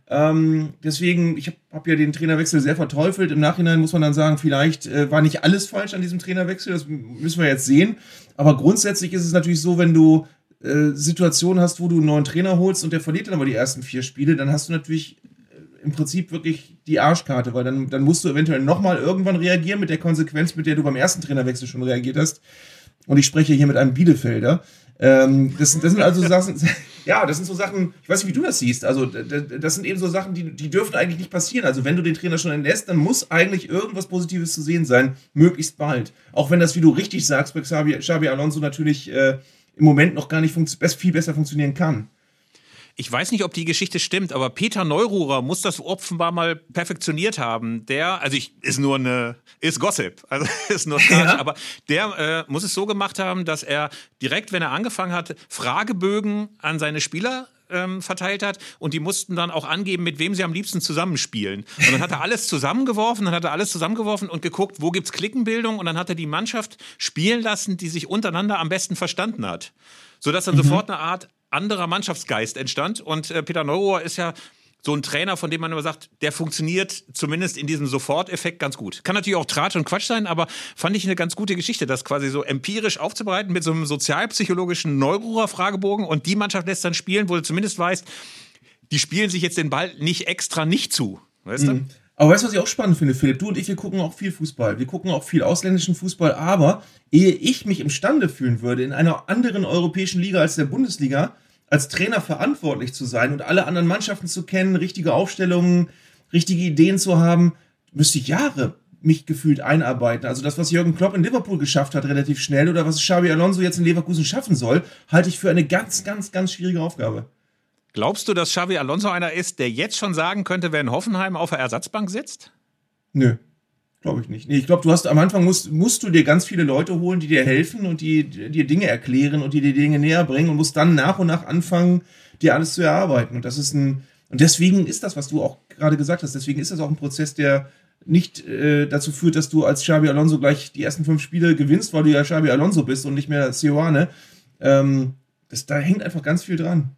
Ähm, deswegen, ich habe hab ja den Trainerwechsel sehr verteufelt. Im Nachhinein muss man dann sagen, vielleicht äh, war nicht alles falsch an diesem Trainerwechsel, das müssen wir jetzt sehen. Aber grundsätzlich ist es natürlich so, wenn du äh, Situationen hast, wo du einen neuen Trainer holst und der verliert dann aber die ersten vier Spiele, dann hast du natürlich im Prinzip wirklich die Arschkarte, weil dann, dann musst du eventuell nochmal irgendwann reagieren mit der Konsequenz, mit der du beim ersten Trainerwechsel schon reagiert hast. Und ich spreche hier mit einem Bielefelder. Ähm, das, das sind also Sachen, ja, das sind so Sachen, ich weiß nicht, wie du das siehst, also das sind eben so Sachen, die, die dürfen eigentlich nicht passieren. Also wenn du den Trainer schon entlässt, dann muss eigentlich irgendwas Positives zu sehen sein, möglichst bald. Auch wenn das, wie du richtig sagst, bei Xabi, Xabi Alonso natürlich äh, im Moment noch gar nicht funkt, viel besser funktionieren kann. Ich weiß nicht, ob die Geschichte stimmt, aber Peter Neururer muss das offenbar mal perfektioniert haben. Der, also ich, ist nur eine, ist Gossip, also ist nur Quatsch, ja. Aber der äh, muss es so gemacht haben, dass er direkt, wenn er angefangen hat, Fragebögen an seine Spieler ähm, verteilt hat und die mussten dann auch angeben, mit wem sie am liebsten zusammenspielen. Und dann hat er alles zusammengeworfen, dann hat er alles zusammengeworfen und geguckt, wo gibt's Klickenbildung und dann hat er die Mannschaft spielen lassen, die sich untereinander am besten verstanden hat. Sodass dann mhm. sofort eine Art anderer Mannschaftsgeist entstand. Und äh, Peter Neururer ist ja so ein Trainer, von dem man immer sagt, der funktioniert zumindest in diesem Soforteffekt ganz gut. Kann natürlich auch Tratsch und Quatsch sein, aber fand ich eine ganz gute Geschichte, das quasi so empirisch aufzubereiten mit so einem sozialpsychologischen Neururer-Fragebogen und die Mannschaft lässt dann spielen, wo du zumindest weißt, die spielen sich jetzt den Ball nicht extra nicht zu. Weißt du? Mhm. Aber weißt du, was ich auch spannend finde, Philipp? Du und ich, wir gucken auch viel Fußball. Wir gucken auch viel ausländischen Fußball. Aber ehe ich mich imstande fühlen würde, in einer anderen europäischen Liga als der Bundesliga als Trainer verantwortlich zu sein und alle anderen Mannschaften zu kennen, richtige Aufstellungen, richtige Ideen zu haben, müsste ich Jahre mich gefühlt einarbeiten. Also das, was Jürgen Klopp in Liverpool geschafft hat, relativ schnell, oder was Xabi Alonso jetzt in Leverkusen schaffen soll, halte ich für eine ganz, ganz, ganz schwierige Aufgabe. Glaubst du, dass Xabi Alonso einer ist, der jetzt schon sagen könnte, wer in Hoffenheim auf der Ersatzbank sitzt? Nö, glaube ich nicht. Nee, ich glaube, du hast am Anfang musst, musst du dir ganz viele Leute holen, die dir helfen und die dir Dinge erklären und die dir Dinge näher bringen und musst dann nach und nach anfangen, dir alles zu erarbeiten. Und das ist ein und deswegen ist das, was du auch gerade gesagt hast, deswegen ist das auch ein Prozess, der nicht äh, dazu führt, dass du als Xabi Alonso gleich die ersten fünf Spiele gewinnst, weil du ja Xabi Alonso bist und nicht mehr Seoane. Ähm, das, da hängt einfach ganz viel dran.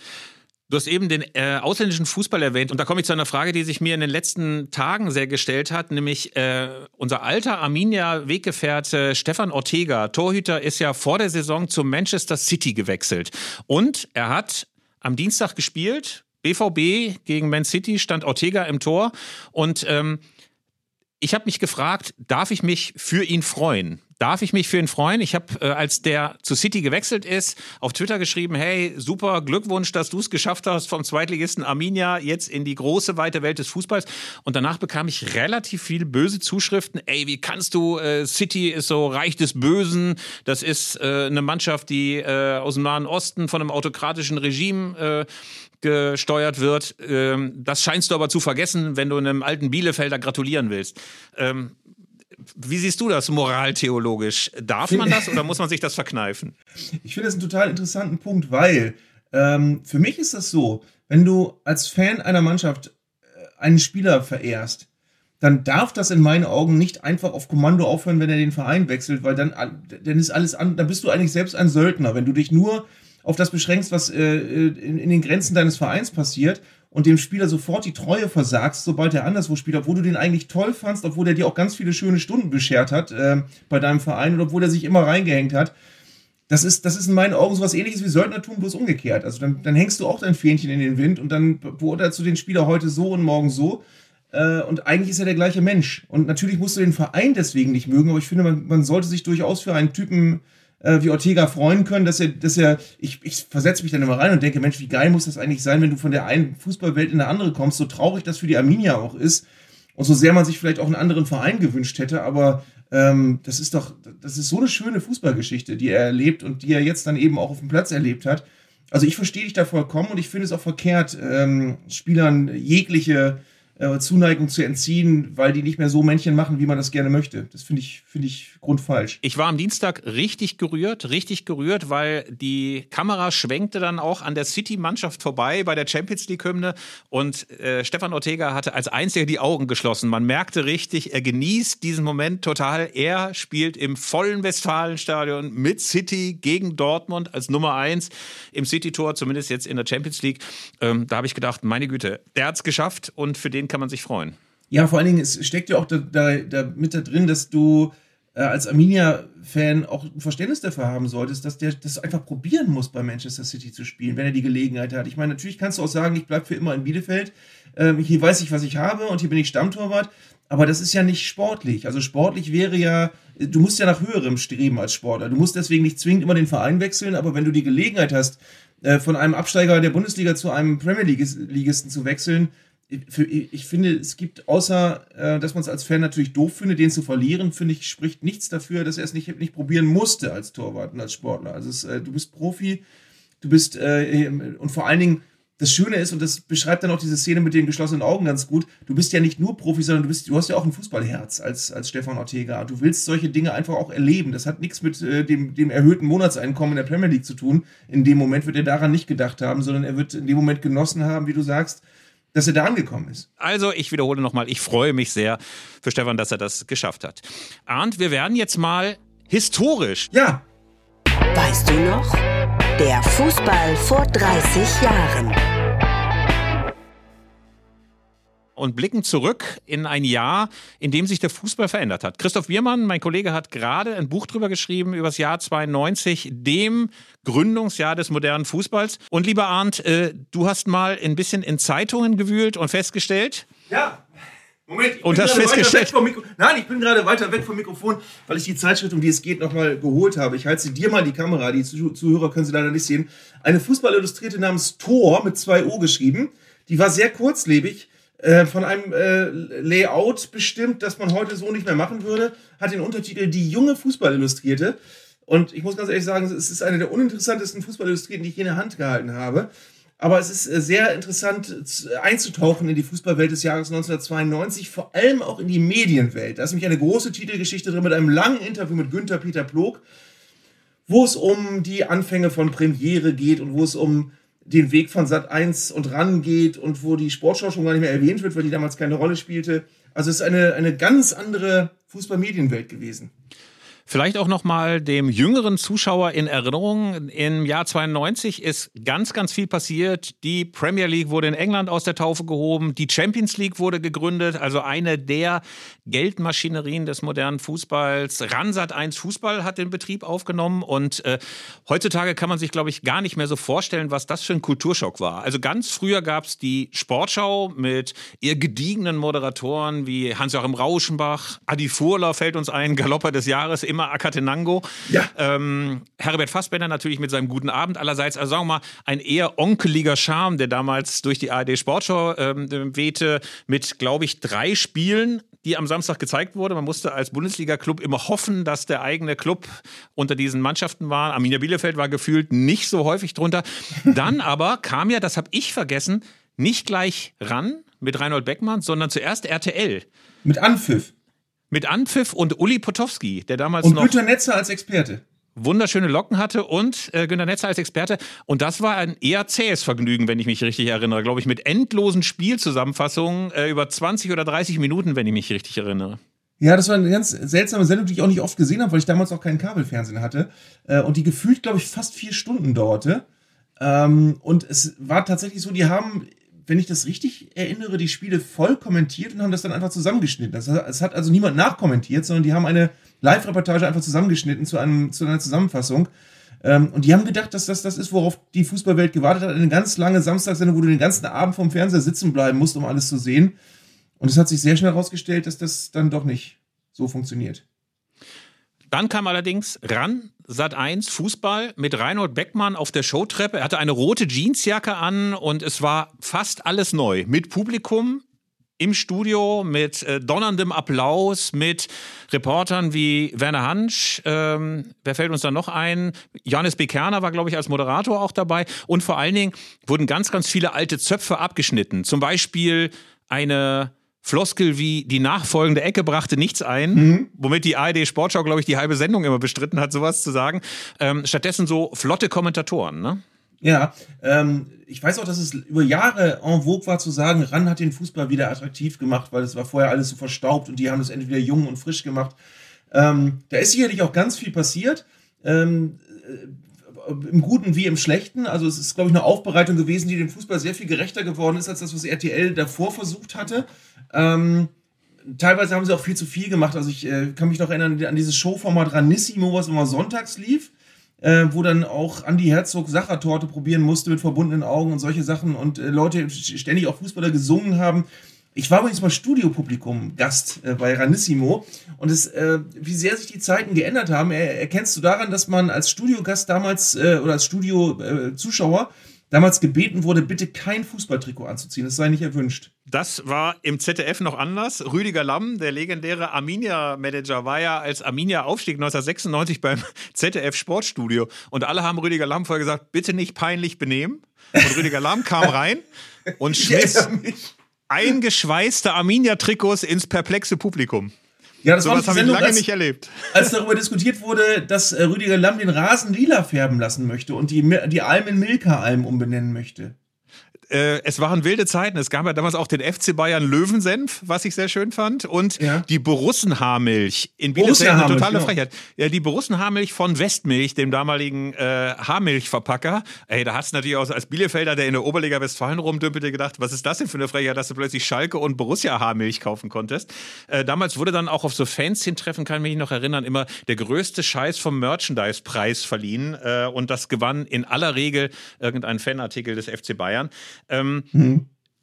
Du hast eben den äh, ausländischen Fußball erwähnt und da komme ich zu einer Frage, die sich mir in den letzten Tagen sehr gestellt hat, nämlich äh, unser alter Arminia-Weggefährte Stefan Ortega, Torhüter, ist ja vor der Saison zu Manchester City gewechselt und er hat am Dienstag gespielt, B V B gegen Man City, stand Ortega im Tor und ähm, ich habe mich gefragt, darf ich mich für ihn freuen? Darf ich mich für ihn freuen? Ich habe, äh, als der zu City gewechselt ist, auf Twitter geschrieben, hey, super, Glückwunsch, dass du es geschafft hast, vom Zweitligisten Arminia jetzt in die große, weite Welt des Fußballs. Und danach bekam ich relativ viele böse Zuschriften. Ey, wie kannst du, äh, City ist so Reich des Bösen, das ist äh, eine Mannschaft, die äh, aus dem Nahen Osten von einem autokratischen Regime äh, gesteuert wird. Ähm, das scheinst du aber zu vergessen, wenn du einem alten Bielefelder gratulieren willst. Ähm, wie siehst du das moraltheologisch? Darf man das oder muss man sich das verkneifen? Ich finde das einen total interessanten Punkt, weil ähm, für mich ist das so, wenn du als Fan einer Mannschaft äh, einen Spieler verehrst, dann darf das in meinen Augen nicht einfach auf Kommando aufhören, wenn er den Verein wechselt, weil dann, dann ist alles an, dann bist du eigentlich selbst ein Söldner, wenn du dich nur auf das beschränkst, was äh, in, in den Grenzen deines Vereins passiert und dem Spieler sofort die Treue versagst, sobald er anderswo spielt, obwohl du den eigentlich toll fandst, obwohl er dir auch ganz viele schöne Stunden beschert hat äh, bei deinem Verein und obwohl er sich immer reingehängt hat. Das ist, das ist in meinen Augen sowas Ähnliches wie Söldnertum, bloß umgekehrt. Also dann, dann hängst du auch dein Fähnchen in den Wind und dann beurteilst du den Spieler heute so und morgen so. Und eigentlich ist er der gleiche Mensch. Und natürlich musst du den Verein deswegen nicht mögen, aber ich finde, man, man sollte sich durchaus für einen Typen äh, wie Ortega freuen können, dass er, dass er, ich, ich versetze mich dann immer rein und denke, Mensch, wie geil muss das eigentlich sein, wenn du von der einen Fußballwelt in eine andere kommst, so traurig das für die Arminia auch ist und so sehr man sich vielleicht auch einen anderen Verein gewünscht hätte, aber ähm, das ist doch, das ist so eine schöne Fußballgeschichte, die er erlebt und die er jetzt dann eben auch auf dem Platz erlebt hat. Also ich verstehe dich da vollkommen und ich finde es auch verkehrt, ähm, Spielern jegliche Zuneigung zu entziehen, weil die nicht mehr so Männchen machen, wie man das gerne möchte. Das finde ich, finde ich grundfalsch. Ich war am Dienstag richtig gerührt, richtig gerührt, weil die Kamera schwenkte dann auch an der City-Mannschaft vorbei bei der Champions-League-Hymne und äh, Stefan Ortega hatte als einziger die Augen geschlossen. Man merkte richtig, er genießt diesen Moment total. Er spielt im vollen Westfalenstadion mit City gegen Dortmund als Nummer eins im City-Tor, zumindest jetzt in der Champions League. Ähm, da habe ich gedacht, meine Güte, der hat es geschafft und für den kann man sich freuen. Ja, vor allen Dingen, es steckt ja auch da, da, da mit da drin, dass du äh, als Arminia-Fan auch ein Verständnis dafür haben solltest, dass der das einfach probieren muss, bei Manchester City zu spielen, wenn er die Gelegenheit hat. Ich meine, natürlich kannst du auch sagen, ich bleibe für immer in Bielefeld, ähm, hier weiß ich, was ich habe und hier bin ich Stammtorwart, aber das ist ja nicht sportlich. Also sportlich wäre ja, du musst ja nach höherem streben als Sportler. Du musst deswegen nicht zwingend immer den Verein wechseln, aber wenn du die Gelegenheit hast, äh, von einem Absteiger der Bundesliga zu einem Premier League-Ligisten zu wechseln, Für, ich finde, es gibt, außer, äh, dass man es als Fan natürlich doof findet, den zu verlieren, finde ich, spricht nichts dafür, dass er es nicht, nicht probieren musste als Torwart und als Sportler. Also es, äh, du bist Profi, du bist, äh, und vor allen Dingen, das Schöne ist, und das beschreibt dann auch diese Szene mit den geschlossenen Augen ganz gut, du bist ja nicht nur Profi, sondern du bist, du hast ja auch ein Fußballherz als, als Stefan Ortega. Du willst solche Dinge einfach auch erleben. Das hat nichts mit äh, dem, dem erhöhten Monatseinkommen in der Premier League zu tun. In dem Moment wird er daran nicht gedacht haben, sondern er wird in dem Moment genossen haben, wie du sagst, dass er da angekommen ist. Also, ich wiederhole nochmal, ich freue mich sehr für Stefan, dass er das geschafft hat. Arndt, wir werden jetzt mal historisch. Ja. Weißt du noch? Der Fußball vor dreißig Jahren. Und blicken zurück in ein Jahr, in dem sich der Fußball verändert hat. Christoph Biermann, mein Kollege, hat gerade ein Buch drüber geschrieben, über das Jahr zweiundneunzig, dem Gründungsjahr des modernen Fußballs. Und lieber Arndt, äh, du hast mal ein bisschen in Zeitungen gewühlt und festgestellt... Ja, Moment, ich und bin hast gerade festgestellt, weiter weg vom Mikro- Nein, ich bin gerade weiter weg vom Mikrofon, weil ich die Zeitschrift, um die es geht, nochmal geholt habe. Ich halte sie dir mal die Kamera, die Zuh- Zuhörer können sie leider nicht sehen. Eine Fußballillustrierte namens Tor mit zwei O geschrieben. Die war sehr kurzlebig. Von einem äh, Layout bestimmt, das man heute so nicht mehr machen würde, hat den Untertitel Die junge Fußballillustrierte. Und ich muss ganz ehrlich sagen, es ist eine der uninteressantesten Fußballillustrierten, die ich je in der Hand gehalten habe. Aber es ist äh, sehr interessant einzutauchen in die Fußballwelt des Jahres neunzehnhundertzweiundneunzig, vor allem auch in die Medienwelt. Da ist nämlich eine große Titelgeschichte drin mit einem langen Interview mit Günther Peter Plog, wo es um die Anfänge von Premiere geht und wo es um den Weg von Sat eins und ran geht und wo die Sportschau schon gar nicht mehr erwähnt wird, weil die damals keine Rolle spielte. Also es ist eine, eine ganz andere Fußball-Medienwelt gewesen. Vielleicht auch nochmal dem jüngeren Zuschauer in Erinnerung. Im Jahr zweiundneunzig ist ganz, ganz viel passiert. Die Premier League wurde in England aus der Taufe gehoben. Die Champions League wurde gegründet. Also eine der Geldmaschinerien des modernen Fußballs. RAN Sat eins Fußball hat den Betrieb aufgenommen. Und äh, heutzutage kann man sich, glaube ich, gar nicht mehr so vorstellen, was das für ein Kulturschock war. Also ganz früher gab es die Sportschau mit eher gediegenen Moderatoren wie Hans-Joachim Rauschenbach. Adi Furler fällt uns ein, Galopper des Jahres, immer Akatenango. Ja. Ähm, Herbert Fassbender natürlich mit seinem guten Abend allerseits. Also sagen wir mal, ein eher onkeliger Charme, der damals durch die A R D Sportschau ähm, wehte, mit, glaube ich, drei Spielen, die am Samstag gezeigt wurde. Man musste als Bundesliga-Club immer hoffen, dass der eigene Club unter diesen Mannschaften war. Arminia Bielefeld war gefühlt nicht so häufig drunter. Dann aber kam ja, das habe ich vergessen, nicht gleich ran mit Reinhold Beckmann, sondern zuerst R T L. Mit Anpfiff. Mit Anpfiff und Uli Potowski, der damals und noch... Und Günter Netzer als Experte. Wunderschöne Locken hatte und äh, Günter Netzer als Experte. Und das war ein eher zähes Vergnügen, wenn ich mich richtig erinnere. Glaube ich, mit endlosen Spielzusammenfassungen äh, über zwanzig oder dreißig Minuten, wenn ich mich richtig erinnere. Ja, das war eine ganz seltsame Sendung, die ich auch nicht oft gesehen habe, weil ich damals auch keinen Kabelfernsehen hatte. Äh, und die gefühlt, glaube ich, fast vier Stunden dauerte. Ähm, und es war tatsächlich so, die haben, wenn ich das richtig erinnere, die Spiele voll kommentiert und haben das dann einfach zusammengeschnitten. Das, es hat also niemand nachkommentiert, sondern die haben eine Live-Reportage einfach zusammengeschnitten zu, einem, zu einer Zusammenfassung. Ähm, und die haben gedacht, dass das das ist, worauf die Fußballwelt gewartet hat. Eine ganz lange Samstagssendung, wo du den ganzen Abend vorm Fernseher sitzen bleiben musst, um alles zu sehen. Und es hat sich sehr schnell herausgestellt, dass das dann doch nicht so funktioniert. Dann kam allerdings ran Sat eins Fußball mit Reinhold Beckmann auf der Showtreppe. Er hatte eine rote Jeansjacke an und es war fast alles neu. Mit Publikum im Studio, mit äh, donnerndem Applaus, mit Reportern wie Werner Hansch, ähm, wer fällt uns da noch ein? Johannes B. Kerner war, glaube ich, als Moderator auch dabei. Und vor allen Dingen wurden ganz, ganz viele alte Zöpfe abgeschnitten. Zum Beispiel eine Floskel wie die nachfolgende Ecke brachte nichts ein, mhm. womit die A R D-Sportschau, glaube ich, die halbe Sendung immer bestritten hat, sowas zu sagen. Ähm, stattdessen so flotte Kommentatoren, ne? Ja, ähm, ich weiß auch, dass es über Jahre en vogue war zu sagen, RAN hat den Fußball wieder attraktiv gemacht, weil es war vorher alles so verstaubt und die haben das endlich wieder jung und frisch gemacht. Ähm, da ist sicherlich auch ganz viel passiert, ähm, äh, im Guten wie im Schlechten. Also es ist, glaube ich, eine Aufbereitung gewesen, die dem Fußball sehr viel gerechter geworden ist, als das, was R T L davor versucht hatte. Ähm, teilweise haben sie auch viel zu viel gemacht. Also ich äh, kann mich noch erinnern an dieses Showformat Ranissimo, was immer sonntags lief. Äh, wo dann auch Andi Herzog Sachertorte probieren musste mit verbundenen Augen und solche Sachen und äh, Leute ständig auch Fußballer gesungen haben. Ich war übrigens mal Studiopublikum Gast äh, bei Ranissimo und es, äh, wie sehr sich die Zeiten geändert haben, er, erkennst du daran, dass man als Studiogast damals äh, oder als Studio-Zuschauer äh, damals gebeten wurde, bitte kein Fußballtrikot anzuziehen, das sei nicht erwünscht. Das war im Z D F noch anders. Rüdiger Lamm, der legendäre Arminia-Manager, war ja als Arminia aufstieg neunzehnhundertsechsundneunzig beim Z D F Sportstudio. Und alle haben Rüdiger Lamm vorher gesagt, bitte nicht peinlich benehmen. Und Rüdiger Lamm kam rein und schmiss eingeschweißte Arminia-Trikots ins perplexe Publikum. Ja, das so war was habe ich lange als, nicht erlebt. Als darüber diskutiert wurde, dass äh, Rüdiger Lamm den Rasen lila färben lassen möchte und die, die Alm in Milka-Alm umbenennen möchte. Äh, es waren wilde Zeiten. Es gab ja damals auch den F C Bayern Löwensenf, was ich sehr schön fand. Und ja. die Borussenhaarmilch in Bielefeld, eine totale genau. Frechheit. Ja, die Borussenhaarmilch von Westmilch, dem damaligen äh, Haarmilchverpacker. Ey, da hast du natürlich auch als Bielefelder, der in der Oberliga Westfalen rumdümpelte, gedacht, was ist das denn für eine Frechheit, dass du plötzlich Schalke und Borussia Haarmilch kaufen konntest. Äh, damals wurde dann auch auf so Fanzine-Treffen, kann ich mich noch erinnern, immer der größte Scheiß vom Merchandise-Preis verliehen. Äh, und das gewann in aller Regel irgendein Fanartikel des F C Bayern. Ähm, mhm.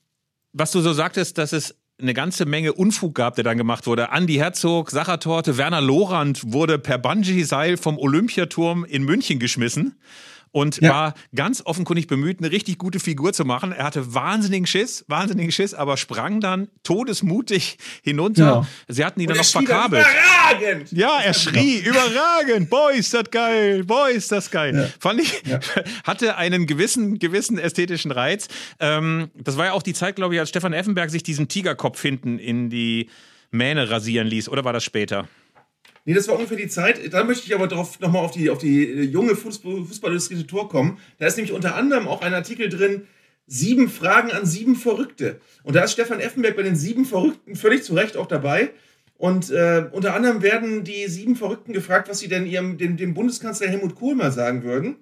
Was du so sagtest, dass es eine ganze Menge Unfug gab, der dann gemacht wurde. Andi Herzog, Sachertorte, Werner Lorand wurde per Bungee-Seil vom Olympiaturm in München geschmissen und ja. war ganz offenkundig bemüht, eine richtig gute Figur zu machen. Er hatte wahnsinnigen Schiss, wahnsinnigen Schiss, aber sprang dann todesmutig hinunter. Ja. Sie hatten ihn dann noch verkabelt. Überragend! Ja, er schrie, überragend! Boah, ist das geil! Boah, ist das geil! Ja. Fand ich, ja. hatte einen gewissen, gewissen ästhetischen Reiz. Ähm, das war ja auch die Zeit, glaube ich, als Stefan Effenberg sich diesen Tigerkopf hinten in die Mähne rasieren ließ. Oder war das später? Nee, das war ungefähr die Zeit. Da möchte ich aber drauf, nochmal auf die, auf die junge Fußball, Fußball-Illustrierte kommen. Da ist nämlich unter anderem auch ein Artikel drin, sieben Fragen an sieben Verrückte. Und da ist Stefan Effenberg bei den sieben Verrückten völlig zu Recht auch dabei. Und äh, unter anderem werden die sieben Verrückten gefragt, was sie denn ihrem, dem, dem Bundeskanzler Helmut Kohl mal sagen würden.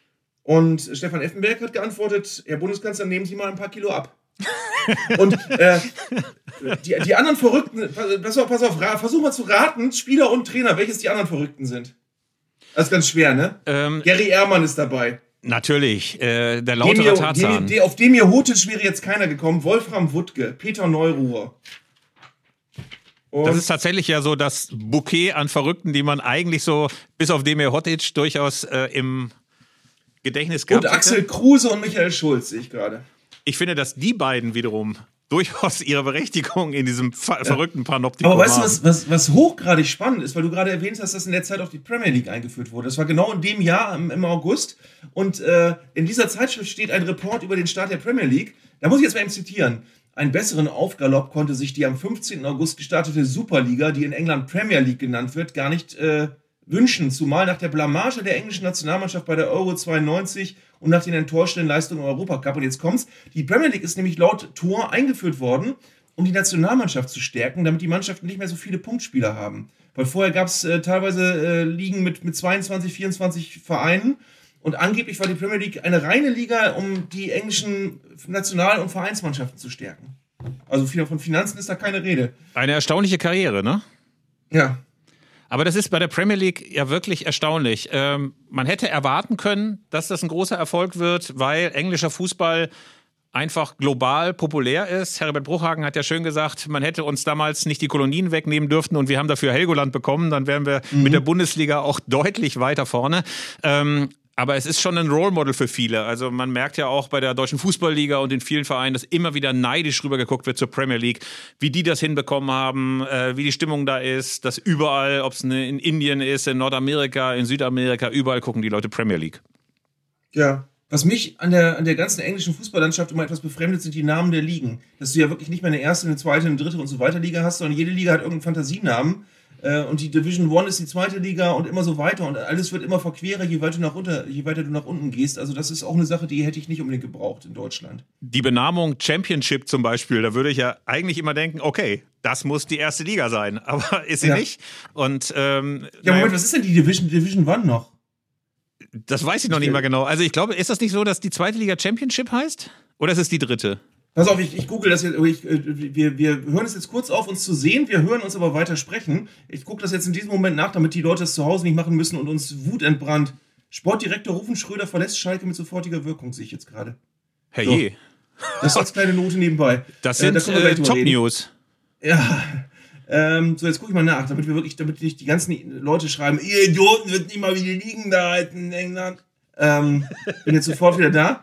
Und Stefan Effenberg hat geantwortet, Herr Bundeskanzler, nehmen Sie mal ein paar Kilo ab. Und äh, die, die anderen Verrückten, pass auf, pass auf, versuch mal zu raten, Spieler und Trainer, welches die anderen Verrückten sind. Das ist ganz schwer, ne? Ähm, Gary Ehrmann ist dabei. Natürlich, äh, der lautere Tarzan. Dem, auf Demir Hotic wäre jetzt keiner gekommen. Wolfram Wuttke, Peter Neuruhr. Und das ist tatsächlich ja so das Bouquet an Verrückten, die man eigentlich so, bis auf Demir Hotic, durchaus äh, im Gedächtnis gehabt Und Axel hätte. Kruse und Michael Schulz, sehe ich gerade. Ich finde, dass die beiden wiederum durchaus ihre Berechtigung in diesem ver- ja. verrückten Panoptikum Aber weißt du, haben. was, was, was hochgradig spannend ist, weil du gerade erwähnt hast, dass in der Zeit auch die Premier League eingeführt wurde. Das war genau in dem Jahr, im, im August. Und äh, in dieser Zeitschrift steht ein Report über den Start der Premier League. Da muss ich jetzt mal eben zitieren. Einen besseren Aufgalopp konnte sich die am fünfzehnten August gestartete Superliga, die in England Premier League genannt wird, gar nicht äh, wünschen. Zumal nach der Blamage der englischen Nationalmannschaft bei der Euro zweiundneunzig und nach den enttäuschenden Leistungen im Europacup. Und jetzt kommt's. Die Premier League ist nämlich laut Tor eingeführt worden, um die Nationalmannschaft zu stärken, damit die Mannschaften nicht mehr so viele Punktspieler haben. Weil vorher gab es äh, teilweise äh, Ligen mit, mit zweiundzwanzig, vierundzwanzig Vereinen. Und angeblich war die Premier League eine reine Liga, um die englischen National- und Vereinsmannschaften zu stärken. Also von Finanzen ist da keine Rede. Eine erstaunliche Karriere, ne? Ja. Aber das ist bei der Premier League ja wirklich erstaunlich. Ähm, man hätte erwarten können, dass das ein großer Erfolg wird, weil englischer Fußball einfach global populär ist. Herbert Bruchhagen hat ja schön gesagt, man hätte uns damals nicht die Kolonien wegnehmen dürfen und wir haben dafür Helgoland bekommen, dann wären wir mhm. mit der Bundesliga auch deutlich weiter vorne. Ähm, Aber es ist schon ein Role Model für viele. Also man merkt ja auch bei der Deutschen Fußballliga und in vielen Vereinen, dass immer wieder neidisch rübergeguckt wird zur Premier League, wie die das hinbekommen haben, äh, wie die Stimmung da ist, dass überall, ob es in Indien ist, in Nordamerika, in Südamerika, überall gucken die Leute Premier League. Ja, was mich an der, an der ganzen englischen Fußballlandschaft immer etwas befremdet, sind die Namen der Ligen. Dass du ja wirklich nicht mehr eine erste, eine zweite, eine dritte und so weiter Liga hast, sondern jede Liga hat irgendeinen Fantasienamen. Und die Division One ist die zweite Liga und immer so weiter. Und alles wird immer verquerer, je weiter, nach unter, je weiter du nach unten gehst. Also das ist auch eine Sache, die hätte ich nicht unbedingt gebraucht in Deutschland. Die Benamung Championship zum Beispiel, da würde ich ja eigentlich immer denken, okay, das muss die erste Liga sein. Aber ist sie ja nicht. Und, ähm, ja, Moment, was ist denn die Division, Division One noch? Das weiß ich noch nicht mal genau. Also ich glaube, ist das nicht so, dass die zweite Liga Championship heißt? Oder ist es die dritte? Pass auf, ich, ich google das jetzt, ich, wir, wir hören es jetzt kurz auf, uns zu sehen, wir hören uns aber weiter sprechen. Ich gucke das jetzt in diesem Moment nach, damit die Leute es zu Hause nicht machen müssen und uns Wut entbrannt. Sportdirektor Rufen Schröder verlässt Schalke mit sofortiger Wirkung, sehe ich jetzt gerade. Herrje. So. Das als kleine Note nebenbei. Das sind äh, da äh, Top-News. Ja, ähm, so jetzt gucke ich mal nach, damit wir wirklich, damit nicht die ganzen Leute schreiben, ihr Idioten, wird nicht mal wie die Ligen da halten in England. Ähm, bin jetzt sofort wieder da.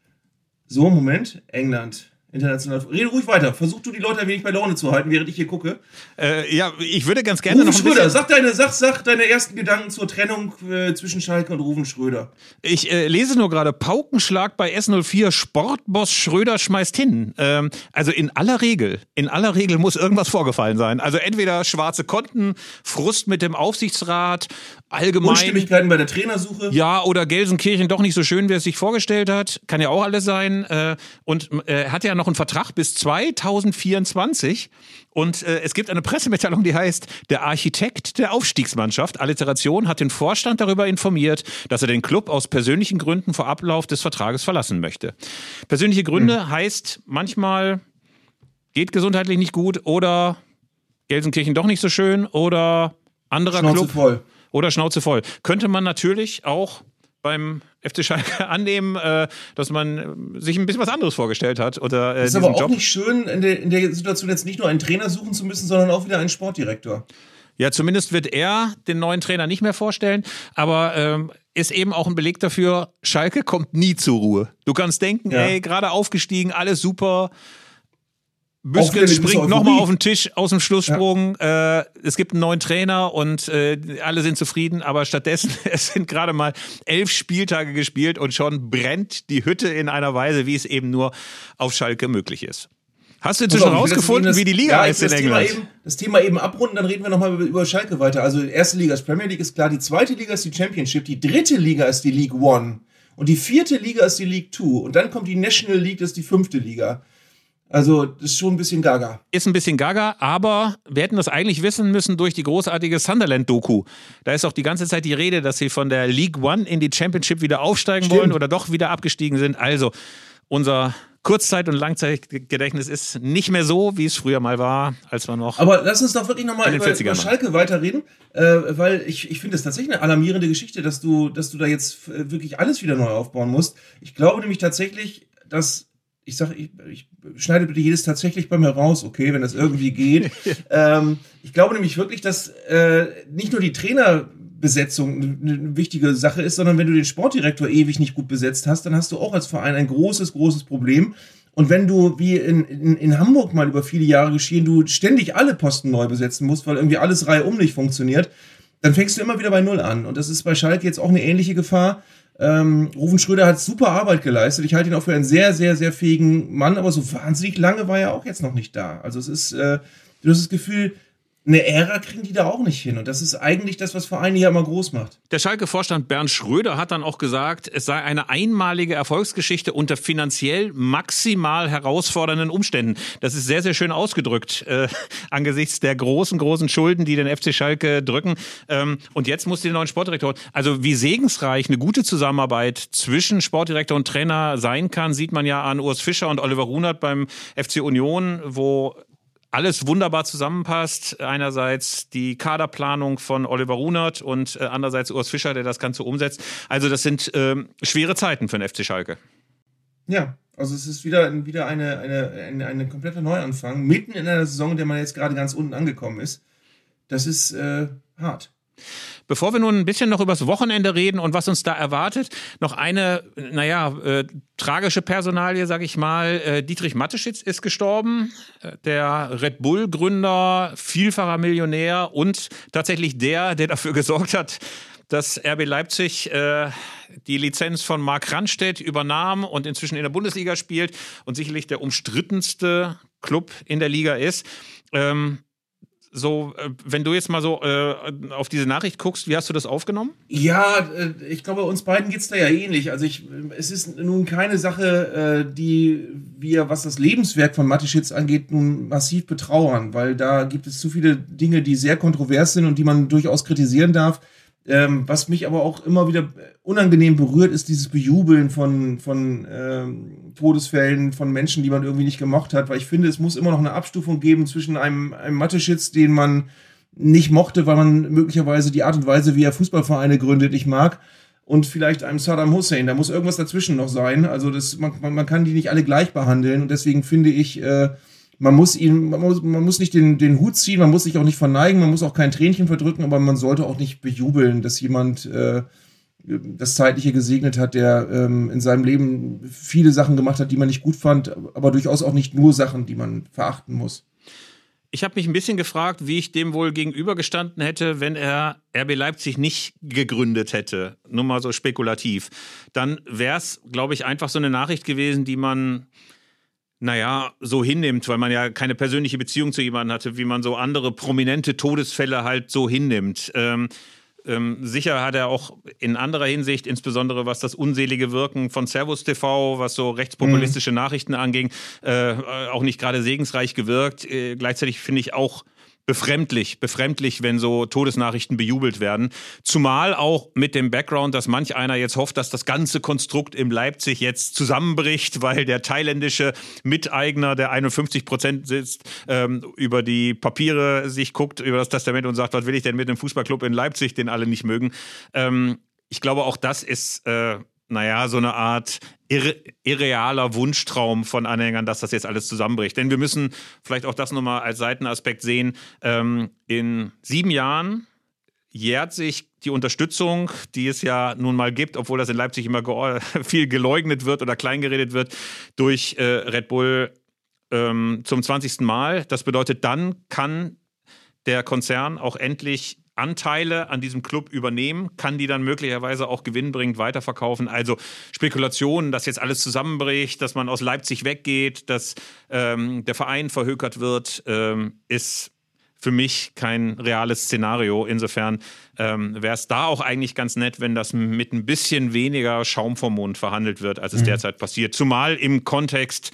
So, Moment, England. International. Rede ruhig weiter. Versuch du die Leute ein wenig bei Laune zu halten, während ich hier gucke. Äh, ja, ich würde ganz gerne Rufen noch ein Schröder, bisschen... sag deine, sag, sag deine ersten Gedanken zur Trennung äh, zwischen Schalke und Rufen Schröder. Ich äh, lese nur gerade, Paukenschlag bei S null vier, Sportboss Schröder schmeißt hin. Ähm, also in aller Regel, in aller Regel muss irgendwas vorgefallen sein. Also entweder schwarze Konten, Frust mit dem Aufsichtsrat, allgemein... Unstimmigkeiten bei der Trainersuche. Ja, oder Gelsenkirchen doch nicht so schön, wie er es sich vorgestellt hat. Kann ja auch alles sein. Äh, und er äh, hat ja noch einen Vertrag bis zweitausendvierundzwanzig. Und äh, es gibt eine Pressemitteilung, die heißt, der Architekt der Aufstiegsmannschaft, Alliteration, hat den Vorstand darüber informiert, dass er den Club aus persönlichen Gründen vor Ablauf des Vertrages verlassen möchte. Persönliche Gründe hm. heißt manchmal, geht gesundheitlich nicht gut oder Gelsenkirchen doch nicht so schön oder anderer Schnauze Club. Voll. Oder Schnauze voll. Könnte man natürlich auch beim F C Schalke annehmen, äh, dass man sich ein bisschen was anderes vorgestellt hat. Oder, äh, das ist aber auch Job. nicht schön, in der, in der Situation jetzt nicht nur einen Trainer suchen zu müssen, sondern auch wieder einen Sportdirektor. Ja, zumindest wird er den neuen Trainer nicht mehr vorstellen, aber ähm, ist eben auch ein Beleg dafür, Schalke kommt nie zur Ruhe. Du kannst denken, ja. ey, gerade aufgestiegen, alles super. Büskens springt nochmal auf den Tisch aus dem Schlusssprung. Ja. Äh, es gibt einen neuen Trainer und äh, alle sind zufrieden, aber stattdessen, es sind gerade mal elf Spieltage gespielt und schon brennt die Hütte in einer Weise, wie es eben nur auf Schalke möglich ist. Hast du inzwischen rausgefunden, wie die Liga ja, heißt in England? Eben, das Thema eben abrunden, dann reden wir nochmal über, über Schalke weiter. Also die erste Liga ist Premier League, ist klar. Die zweite Liga ist die Championship. Die dritte Liga ist die League One. Und die vierte Liga ist die League Two. Und dann kommt die National League, das ist die fünfte Liga. Also, das ist schon ein bisschen gaga. Ist ein bisschen gaga, aber wir hätten das eigentlich wissen müssen durch die großartige Sunderland-Doku. Da ist auch die ganze Zeit die Rede, dass sie von der League One in die Championship wieder aufsteigen Stimmt. wollen oder doch wieder abgestiegen sind. Also, unser Kurzzeit- und Langzeitgedächtnis ist nicht mehr so, wie es früher mal war, als wir noch. Aber lass uns doch wirklich nochmal über, über Schalke weiterreden, äh, weil ich, ich finde es tatsächlich eine alarmierende Geschichte, dass du, dass du da jetzt wirklich alles wieder neu aufbauen musst. Ich glaube nämlich tatsächlich, dass Ich sage, ich, ich schneide bitte jedes tatsächlich bei mir raus, okay, wenn das irgendwie geht. ähm, ich glaube nämlich wirklich, dass äh, nicht nur die Trainerbesetzung eine wichtige Sache ist, sondern wenn du den Sportdirektor ewig nicht gut besetzt hast, dann hast du auch als Verein ein großes, großes Problem. Und wenn du, wie in, in, in Hamburg mal über viele Jahre geschehen, du ständig alle Posten neu besetzen musst, weil irgendwie alles reihum nicht funktioniert, dann fängst du immer wieder bei Null an. Und das ist bei Schalke jetzt auch eine ähnliche Gefahr. Ähm, Ruven Schröder hat super Arbeit geleistet. Ich halte ihn auch für einen sehr, sehr, sehr fähigen Mann, aber so wahnsinnig lange war er auch jetzt noch nicht da. Also es ist, äh, du hast das Gefühl, eine Ära kriegen die da auch nicht hin. Und das ist eigentlich das, was Vereine hier immer groß macht. Der Schalke-Vorstand Bernd Schröder hat dann auch gesagt, es sei eine einmalige Erfolgsgeschichte unter finanziell maximal herausfordernden Umständen. Das ist sehr, sehr schön ausgedrückt, äh, angesichts der großen, großen Schulden, die den F C Schalke drücken. Ähm, und jetzt muss die neuen Sportdirektor. Also wie segensreich eine gute Zusammenarbeit zwischen Sportdirektor und Trainer sein kann, sieht man ja an Urs Fischer und Oliver Runert beim F C Union, wo alles wunderbar zusammenpasst. Einerseits die Kaderplanung von Oliver Runert und äh, andererseits Urs Fischer, der das Ganze umsetzt. Also das sind ähm, schwere Zeiten für den F C Schalke. Ja, also es ist wieder, wieder eine, eine, eine, eine komplette Neuanfang, mitten in einer Saison, in der man jetzt gerade ganz unten angekommen ist. Das ist äh, hart. Bevor wir nun ein bisschen noch übers Wochenende reden und was uns da erwartet, noch eine, naja, äh, tragische Personalie, sag ich mal. Äh, Dietrich Mateschitz ist gestorben, äh, der Red Bull-Gründer, vielfacher Millionär und tatsächlich der, der dafür gesorgt hat, dass R B Leipzig äh, die Lizenz von Marc Rannstedt übernahm und inzwischen in der Bundesliga spielt und sicherlich der umstrittenste Club in der Liga ist. Ähm, So, wenn du jetzt mal so äh, auf diese Nachricht guckst, wie hast du das aufgenommen? Ja, äh, ich glaube, uns beiden geht's da ja ähnlich. Also ich, es ist nun keine Sache, äh, die wir, was das Lebenswerk von Mateschitz angeht, nun massiv betrauern, weil da gibt es zu viele Dinge, die sehr kontrovers sind und die man durchaus kritisieren darf. Ähm, was mich aber auch immer wieder unangenehm berührt, ist dieses Bejubeln von, von ähm, Todesfällen, von Menschen, die man irgendwie nicht gemocht hat, weil ich finde, es muss immer noch eine Abstufung geben zwischen einem, einem Mateschitz, den man nicht mochte, weil man möglicherweise die Art und Weise, wie er Fußballvereine gründet, nicht mag, und vielleicht einem Saddam Hussein. Da muss irgendwas dazwischen noch sein. Also das, man, man kann die nicht alle gleich behandeln und deswegen finde ich, äh, Man muss ihn, man muss, man muss nicht den, den Hut ziehen, man muss sich auch nicht verneigen, man muss auch kein Tränchen verdrücken, aber man sollte auch nicht bejubeln, dass jemand äh, das Zeitliche gesegnet hat, der ähm, in seinem Leben viele Sachen gemacht hat, die man nicht gut fand, aber durchaus auch nicht nur Sachen, die man verachten muss. Ich habe mich ein bisschen gefragt, wie ich dem wohl gegenübergestanden hätte, wenn er R B Leipzig nicht gegründet hätte. Nur mal so spekulativ. Dann wäre es, glaube ich, einfach so eine Nachricht gewesen, die man naja, so hinnimmt, weil man ja keine persönliche Beziehung zu jemandem hatte, wie man so andere prominente Todesfälle halt so hinnimmt. Ähm, ähm, sicher hat er auch in anderer Hinsicht, insbesondere was das unselige Wirken von Servus T V, was so rechtspopulistische mhm. Nachrichten anging, äh, auch nicht gerade segensreich gewirkt. Äh, gleichzeitig finde ich auch Befremdlich, befremdlich, wenn so Todesnachrichten bejubelt werden. Zumal auch mit dem Background, dass manch einer jetzt hofft, dass das ganze Konstrukt in Leipzig jetzt zusammenbricht, weil der thailändische Miteigner, der einundfünfzig Prozent sitzt, ähm, über die Papiere sich guckt, über das Testament und sagt, was will ich denn mit einem Fußballclub in Leipzig, den alle nicht mögen. Ähm, ich glaube, auch das ist äh, naja, so eine Art irre, irrealer Wunschtraum von Anhängern, dass das jetzt alles zusammenbricht. Denn wir müssen vielleicht auch das nochmal als Seitenaspekt sehen. Ähm, in sieben Jahren jährt sich die Unterstützung, die es ja nun mal gibt, obwohl das in Leipzig immer ge- viel geleugnet wird oder kleingeredet wird, durch äh, Red Bull ähm, zum zwanzigsten Mal. Das bedeutet, dann kann der Konzern auch endlich Anteile an diesem Club übernehmen, kann die dann möglicherweise auch gewinnbringend weiterverkaufen. Also Spekulationen, dass jetzt alles zusammenbricht, dass man aus Leipzig weggeht, dass ähm, der Verein verhökert wird, ähm, ist für mich kein reales Szenario. Insofern ähm, wäre es da auch eigentlich ganz nett, wenn das mit ein bisschen weniger Schaum vom Mund verhandelt wird, als es mhm. derzeit passiert. Zumal im Kontext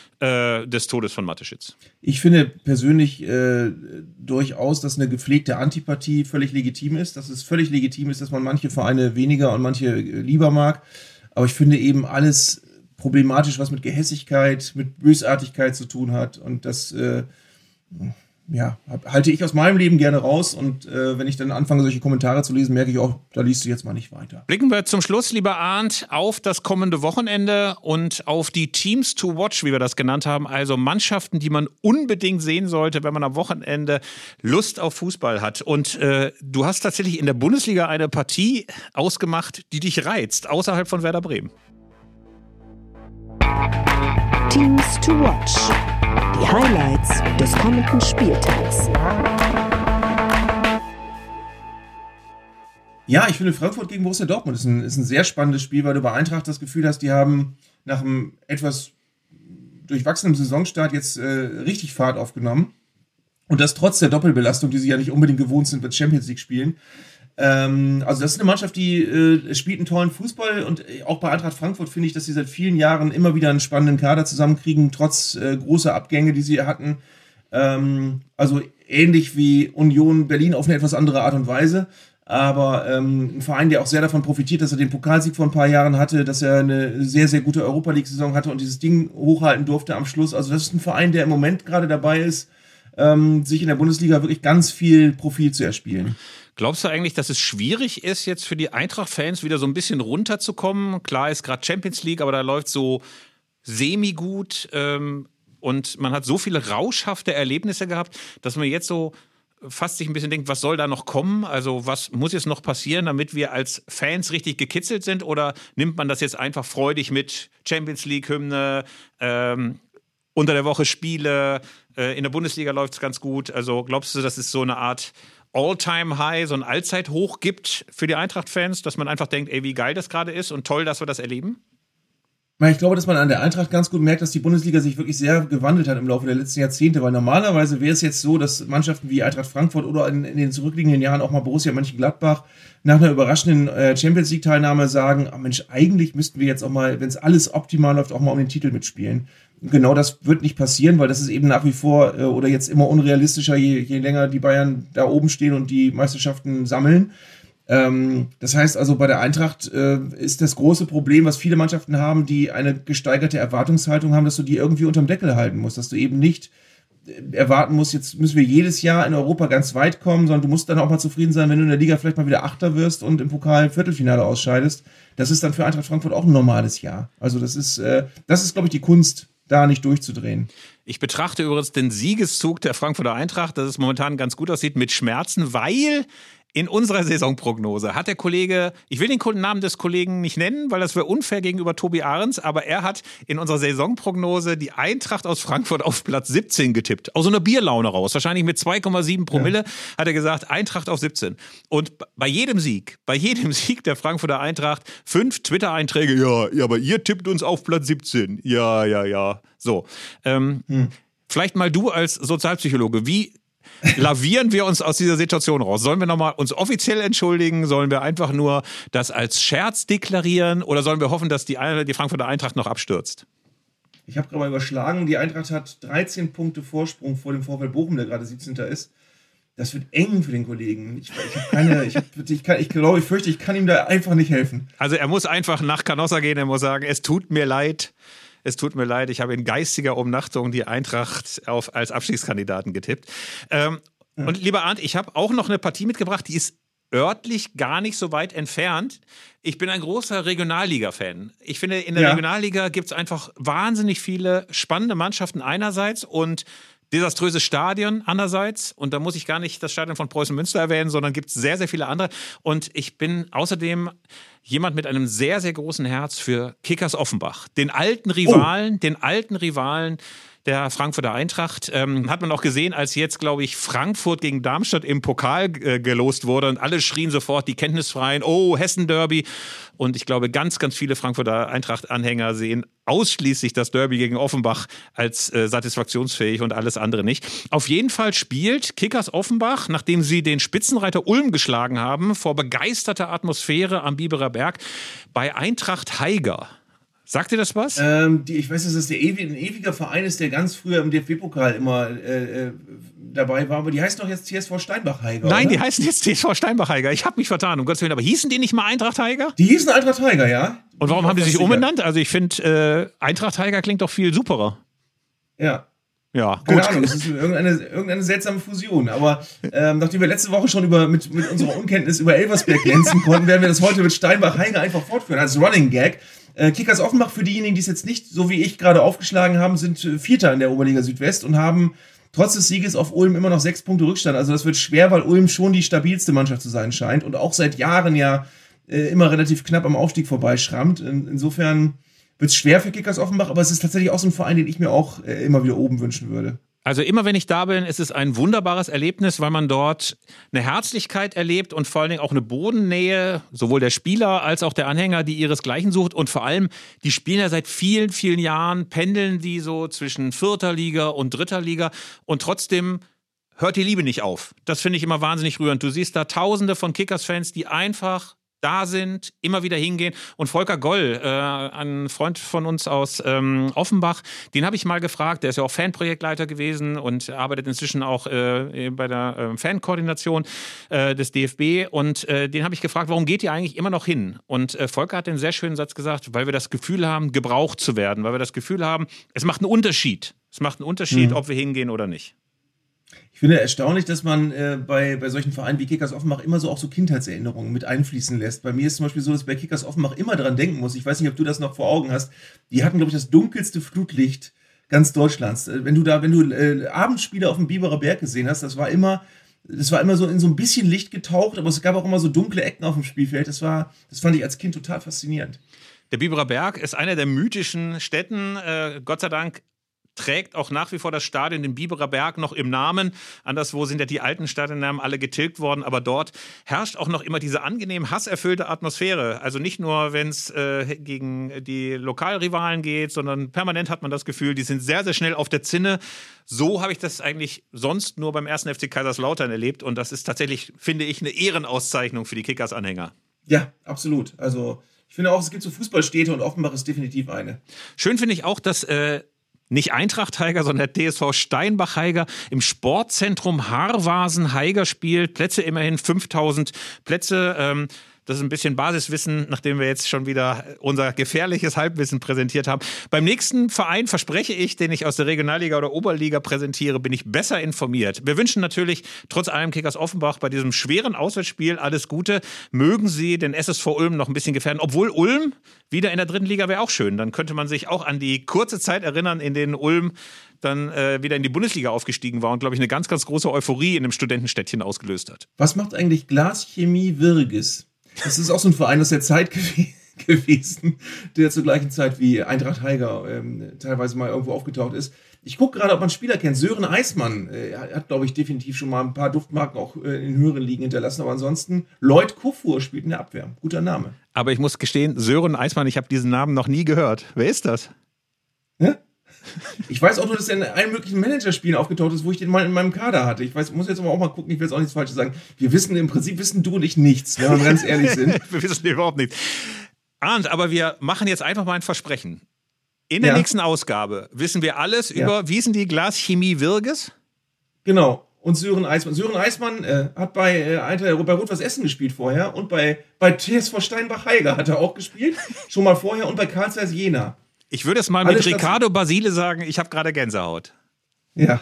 äh, des Todes von Mateschitz. Ich finde persönlich äh, durchaus, dass eine gepflegte Antipathie völlig legitim ist. Dass es völlig legitim ist, dass man manche Vereine weniger und manche lieber mag. Aber ich finde eben alles problematisch, was mit Gehässigkeit, mit Bösartigkeit zu tun hat. Und das äh, ja, halte ich aus meinem Leben gerne raus. Und äh, wenn ich dann anfange, solche Kommentare zu lesen, merke ich auch, da liest du jetzt mal nicht weiter. Blicken wir zum Schluss, lieber Arndt, auf das kommende Wochenende und auf die Teams to watch, wie wir das genannt haben. Also Mannschaften, die man unbedingt sehen sollte, wenn man am Wochenende Lust auf Fußball hat. Und äh, du hast tatsächlich in der Bundesliga eine Partie ausgemacht, die dich reizt, außerhalb von Werder Bremen. Teams to Watch. Die Highlights des kommenden Spieltags. Ja, ich finde Frankfurt gegen Borussia Dortmund ist ein, ist ein sehr spannendes Spiel, weil du bei Eintracht das Gefühl hast, die haben nach einem etwas durchwachsenen Saisonstart jetzt äh, richtig Fahrt aufgenommen. Und das trotz der Doppelbelastung, die sie ja nicht unbedingt gewohnt sind, wenn Champions League spielen. Ähm, also das ist eine Mannschaft, die äh, spielt einen tollen Fußball und auch bei Eintracht Frankfurt finde ich, dass sie seit vielen Jahren immer wieder einen spannenden Kader zusammenkriegen, trotz äh, großer Abgänge, die sie hatten. Ähm, also ähnlich wie Union Berlin auf eine etwas andere Art und Weise. Aber ähm, ein Verein, der auch sehr davon profitiert, dass er den Pokalsieg vor ein paar Jahren hatte, dass er eine sehr, sehr gute Europa-League-Saison hatte und dieses Ding hochhalten durfte am Schluss. Also das ist ein Verein, der im Moment gerade dabei ist, ähm, sich in der Bundesliga wirklich ganz viel Profil zu erspielen. Glaubst du eigentlich, dass es schwierig ist, jetzt für die Eintracht-Fans wieder so ein bisschen runterzukommen? Klar ist gerade Champions League, aber da läuft so semi-gut ähm, und man hat so viele rauschhafte Erlebnisse gehabt, dass man jetzt so fast sich ein bisschen denkt, was soll da noch kommen? Also was muss jetzt noch passieren, damit wir als Fans richtig gekitzelt sind? Oder nimmt man das jetzt einfach freudig mit? Champions League-Hymne, ähm, unter der Woche Spiele, äh, in der Bundesliga läuft es ganz gut. Also glaubst du, dass es so eine Art All-Time-High, so ein Allzeithoch gibt für die Eintracht-Fans, dass man einfach denkt, ey, wie geil das gerade ist und toll, dass wir das erleben? Ich glaube, dass man an der Eintracht ganz gut merkt, dass die Bundesliga sich wirklich sehr gewandelt hat im Laufe der letzten Jahrzehnte, weil normalerweise wäre es jetzt so, dass Mannschaften wie Eintracht Frankfurt oder in, in den zurückliegenden Jahren auch mal Borussia Mönchengladbach nach einer überraschenden äh, Champions League Teilnahme sagen, oh Mensch, eigentlich müssten wir jetzt auch mal, wenn es alles optimal läuft, auch mal um den Titel mitspielen. Und genau das wird nicht passieren, weil das ist eben nach wie vor äh, oder jetzt immer unrealistischer, je, je länger die Bayern da oben stehen und die Meisterschaften sammeln. Ähm, das heißt also, bei der Eintracht äh, ist das große Problem, was viele Mannschaften haben, die eine gesteigerte Erwartungshaltung haben, dass du die irgendwie unterm Deckel halten musst, dass du eben nicht erwarten musst, jetzt müssen wir jedes Jahr in Europa ganz weit kommen, sondern du musst dann auch mal zufrieden sein, wenn du in der Liga vielleicht mal wieder Achter wirst und im Pokal Viertelfinale ausscheidest. Das ist dann für Eintracht Frankfurt auch ein normales Jahr. Also das ist, äh, das ist, glaube ich, die Kunst, da nicht durchzudrehen. Ich betrachte übrigens den Siegeszug der Frankfurter Eintracht, dass es momentan ganz gut aussieht, mit Schmerzen, weil in unserer Saisonprognose hat der Kollege, ich will den Namen des Kollegen nicht nennen, weil das wäre unfair gegenüber Tobi Ahrens, aber er hat in unserer Saisonprognose die Eintracht aus Frankfurt auf Platz siebzehn getippt. Aus so einer Bierlaune raus, wahrscheinlich mit zwei Komma sieben Promille, ja. Hat er gesagt, Eintracht auf siebzehn. Und bei jedem Sieg, bei jedem Sieg der Frankfurter Eintracht, fünf Twitter-Einträge, ja, ja, aber ihr tippt uns auf Platz siebzehn. Ja, ja, ja. So. Ähm, hm. Vielleicht mal du als Sozialpsychologe, wie lavieren wir uns aus dieser Situation raus? Sollen wir nochmal uns offiziell entschuldigen? Sollen wir einfach nur das als Scherz deklarieren? Oder sollen wir hoffen, dass die, die Frankfurter Eintracht noch abstürzt? Ich habe gerade mal überschlagen, die Eintracht hat dreizehn Punkte Vorsprung vor dem VfL Bochum, der gerade siebzehnter ist. Das wird eng für den Kollegen. Ich, ich habe keine, ich, hab, ich, kann, ich glaube, ich fürchte, ich kann ihm da einfach nicht helfen. Also er muss einfach nach Canossa gehen, er muss sagen, es tut mir leid. Es tut mir leid, ich habe in geistiger Umnachtung die Eintracht auf, als Abstiegskandidaten getippt. Ähm, ja. Und lieber Arndt, ich habe auch noch eine Partie mitgebracht, die ist örtlich gar nicht so weit entfernt. Ich bin ein großer Regionalliga-Fan. Ich finde, in der ja. Regionalliga gibt es einfach wahnsinnig viele spannende Mannschaften einerseits und desaströse Stadien andererseits. Und da muss ich gar nicht das Stadion von Preußen Münster erwähnen, sondern gibt es sehr, sehr viele andere. Und ich bin außerdem jemand mit einem sehr, sehr großen Herz für Kickers Offenbach. Den alten Rivalen, oh. den alten Rivalen der Frankfurter Eintracht. Ähm, hat man auch gesehen, als jetzt, glaube ich, Frankfurt gegen Darmstadt im Pokal äh, gelost wurde und alle schrien sofort die Kenntnisfreien, oh, Hessen-Derby. Und ich glaube, ganz, ganz viele Frankfurter Eintracht-Anhänger sehen ausschließlich das Derby gegen Offenbach als äh, satisfaktionsfähig und alles andere nicht. Auf jeden Fall spielt Kickers Offenbach, nachdem sie den Spitzenreiter Ulm geschlagen haben, vor begeisterter Atmosphäre am Biberer Berg bei Eintracht Haiger. Sagt dir das was? Ähm, die, ich weiß, dass das der ewig, ein ewiger Verein ist, der ganz früher im D F B-Pokal immer äh, dabei war. Aber die heißt doch jetzt T S V Steinbach-Haiger, Nein, oder? Die heißen jetzt T S V Steinbach-Haiger. Ich habe mich vertan, um Gottes Willen. Aber hießen die nicht mal Eintracht Haiger? Die hießen Eintracht Haiger, ja. Und warum haben die sich umbenannt? Also ich finde, äh, Eintracht Haiger klingt doch viel superer. Ja. Ja, gut. Keine Ahnung, das ist irgendeine, irgendeine seltsame Fusion. Aber ähm, nachdem wir letzte Woche schon über, mit, mit unserer Unkenntnis über Elversberg glänzen konnten, werden wir das heute mit Steinbach-Haiger einfach fortführen als Running Gag. Äh, Kickers Offenbach, für diejenigen, die es jetzt nicht, so wie ich, gerade aufgeschlagen haben, sind äh, Vierter in der Oberliga Südwest und haben trotz des Sieges auf Ulm immer noch sechs Punkte Rückstand. Also das wird schwer, weil Ulm schon die stabilste Mannschaft zu sein scheint und auch seit Jahren ja äh, immer relativ knapp am Aufstieg vorbeischrammt. In, insofern wird es schwer für Kickers Offenbach, aber es ist tatsächlich auch so ein Verein, den ich mir auch äh, immer wieder oben wünschen würde. Also immer wenn ich da bin, ist es ein wunderbares Erlebnis, weil man dort eine Herzlichkeit erlebt und vor allen Dingen auch eine Bodennähe, sowohl der Spieler als auch der Anhänger, die ihresgleichen sucht. Und vor allem, die spielen ja seit vielen, vielen Jahren, pendeln die so zwischen vierter Liga und dritter Liga und trotzdem hört die Liebe nicht auf. Das finde ich immer wahnsinnig rührend. Du siehst da tausende von Kickers-Fans, die einfach da sind, immer wieder hingehen. Und Volker Goll, äh, ein Freund von uns aus ähm, Offenbach, den habe ich mal gefragt, der ist ja auch Fanprojektleiter gewesen und arbeitet inzwischen auch äh, bei der äh, Fankoordination äh, des D F B. Und äh, den habe ich gefragt, warum geht ihr eigentlich immer noch hin? Und äh, Volker hat den sehr schönen Satz gesagt, weil wir das Gefühl haben, gebraucht zu werden, weil wir das Gefühl haben, es macht einen Unterschied. Es macht einen Unterschied, mhm. ob wir hingehen oder nicht. Ich finde erstaunlich, dass man äh, bei, bei solchen Vereinen wie Kickers Offenbach immer so auch so Kindheitserinnerungen mit einfließen lässt. Bei mir ist zum Beispiel so, dass ich bei Kickers Offenbach immer dran denken muss. Ich weiß nicht, ob du das noch vor Augen hast. Die hatten, glaube ich, das dunkelste Flutlicht ganz Deutschlands. Wenn du da, wenn du äh, Abendspiele auf dem Biberer Berg gesehen hast, das war immer, das war immer so in so ein bisschen Licht getaucht, aber es gab auch immer so dunkle Ecken auf dem Spielfeld. Das war, das fand ich als Kind total faszinierend. Der Biberer Berg ist einer der mythischen Städten, äh, Gott sei Dank trägt auch nach wie vor das Stadion den Biberer Berg noch im Namen. Anderswo sind ja die alten Stadionnamen alle getilgt worden, aber dort herrscht auch noch immer diese angenehm hasserfüllte Atmosphäre. Also nicht nur, wenn es äh, gegen die Lokalrivalen geht, sondern permanent hat man das Gefühl, die sind sehr, sehr schnell auf der Zinne. So habe ich das eigentlich sonst nur beim ersten F C Kaiserslautern erlebt und das ist tatsächlich, finde ich, eine Ehrenauszeichnung für die Kickers-Anhänger. Ja, absolut. Also ich finde auch, es gibt so Fußballstädte und Offenbach ist definitiv eine. Schön finde ich auch, dass äh, nicht Eintracht-Haiger, sondern der T S V Steinbach-Haiger im Sportzentrum Haarwasen-Haiger spielt. Plätze immerhin fünftausend Plätze. Ähm, das ist ein bisschen Basiswissen, nachdem wir jetzt schon wieder unser gefährliches Halbwissen präsentiert haben. Beim nächsten Verein verspreche ich, den ich aus der Regionalliga oder Oberliga präsentiere, bin ich besser informiert. Wir wünschen natürlich trotz allem Kickers Offenbach bei diesem schweren Auswärtsspiel alles Gute. Mögen Sie den S S V Ulm noch ein bisschen gefährden. Obwohl Ulm wieder in der dritten Liga wäre auch schön. Dann könnte man sich auch an die kurze Zeit erinnern, in denen Ulm dann äh, wieder in die Bundesliga aufgestiegen war und, glaube ich, eine ganz, ganz große Euphorie in einem Studentenstädtchen ausgelöst hat. Was macht eigentlich Glaschemie Wirges? Das ist auch so ein Verein aus der Zeit gew- gewesen, der zur gleichen Zeit wie Eintracht Haiger ähm, teilweise mal irgendwo aufgetaucht ist. Ich gucke gerade, ob man einen Spieler kennt. Sören Eismann äh, hat, glaube ich, definitiv schon mal ein paar Duftmarken auch äh, in höheren Ligen hinterlassen. Aber ansonsten, Lloyd Kufur spielt in der Abwehr. Guter Name. Aber ich muss gestehen, Sören Eismann, ich habe diesen Namen noch nie gehört. Wer ist das? Ja? Ich weiß auch nur, dass er in allen möglichen Managerspielen aufgetaucht ist, wo ich den mal in meinem Kader hatte. Ich weiß, muss jetzt aber auch mal gucken, ich will jetzt auch nichts Falsches sagen. Wir wissen im Prinzip, wissen du und ich nichts, wenn wir ganz ehrlich sind. Wir wissen überhaupt nichts. Arndt, aber wir machen jetzt einfach mal ein Versprechen. In der ja. nächsten Ausgabe wissen wir alles ja. über, wie ist denn die Glaschemie Wirges? Genau. Und Sören Eismann. Sören Eismann äh, hat bei, äh, bei Rot-Weiß Essen gespielt vorher und bei, bei T S V Steinbach-Haiger hat er auch gespielt. Schon mal vorher und bei Karl Zeiss Jena. Ich würde es mal Alle mit Station- Ricardo Basile sagen, ich habe gerade Gänsehaut. Ja.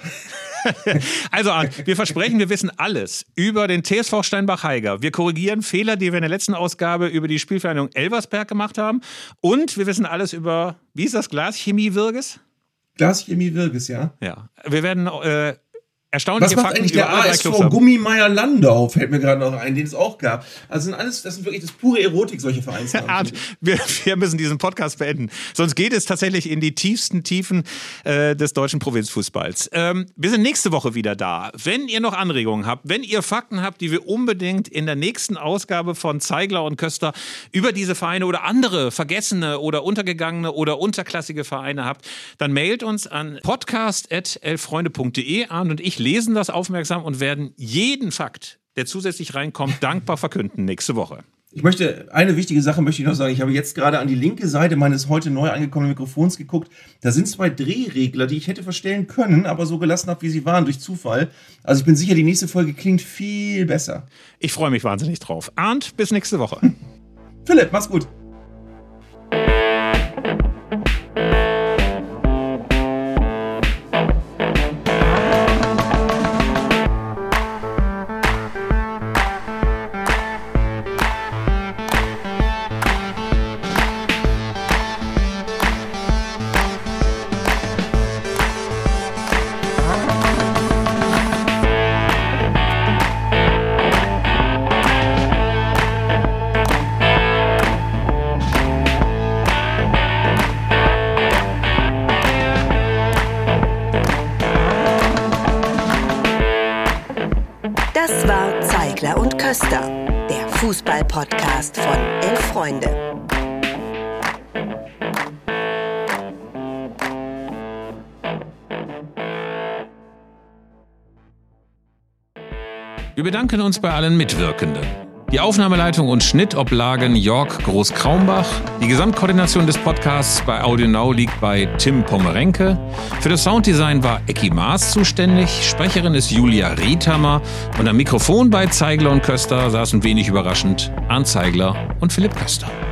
Also Arndt, wir versprechen, wir wissen alles über den T S V Steinbach-Haiger. Wir korrigieren Fehler, die wir in der letzten Ausgabe über die Spielvereinigung Elversberg gemacht haben. Und wir wissen alles über, wie ist das, Glaschemie Wirges? Glaschemie Wirges, ja. Ja, wir werden äh, erstaunliche Was macht Fakten eigentlich über der alle A drei S Clubs V haben. Gummimeier Landau, fällt mir gerade noch ein, den es auch gab. Also sind alles, das sind wirklich das pure Erotik, solche Vereinsnamen. Arndt, wir, wir müssen diesen Podcast beenden. Sonst geht es tatsächlich in die tiefsten Tiefen äh, des deutschen Provinzfußballs. Ähm, wir sind nächste Woche wieder da. Wenn ihr noch Anregungen habt, wenn ihr Fakten habt, die wir unbedingt in der nächsten Ausgabe von Zeigler und Köster über diese Vereine oder andere vergessene oder untergegangene oder unterklassige Vereine habt, dann mailt uns an podcast at elffreunde punkt de. Arndt und ich lesen das aufmerksam und werden jeden Fakt, der zusätzlich reinkommt, dankbar verkünden nächste Woche. Ich möchte, eine wichtige Sache möchte ich noch sagen. Ich habe jetzt gerade an die linke Seite meines heute neu angekommenen Mikrofons geguckt. Da sind zwei Drehregler, die ich hätte verstellen können, aber so gelassen habe, wie sie waren, durch Zufall. Also ich bin sicher, die nächste Folge klingt viel besser. Ich freue mich wahnsinnig drauf. Arndt, bis nächste Woche. Philipp, mach's gut. Das war Zeigler und Köster, der Fußball-Podcast von Elf Freunde. Wir bedanken uns bei allen Mitwirkenden. Die Aufnahmeleitung und Schnitt oblagen Jörg Groß-Kraumbach. Die Gesamtkoordination des Podcasts bei AudioNow liegt bei Tim Pommerenke. Für das Sounddesign war Ecki Maas zuständig. Sprecherin ist Julia Riethammer. Und am Mikrofon bei Zeigler und Köster saßen wenig überraschend Arndt Zeigler und Philipp Köster.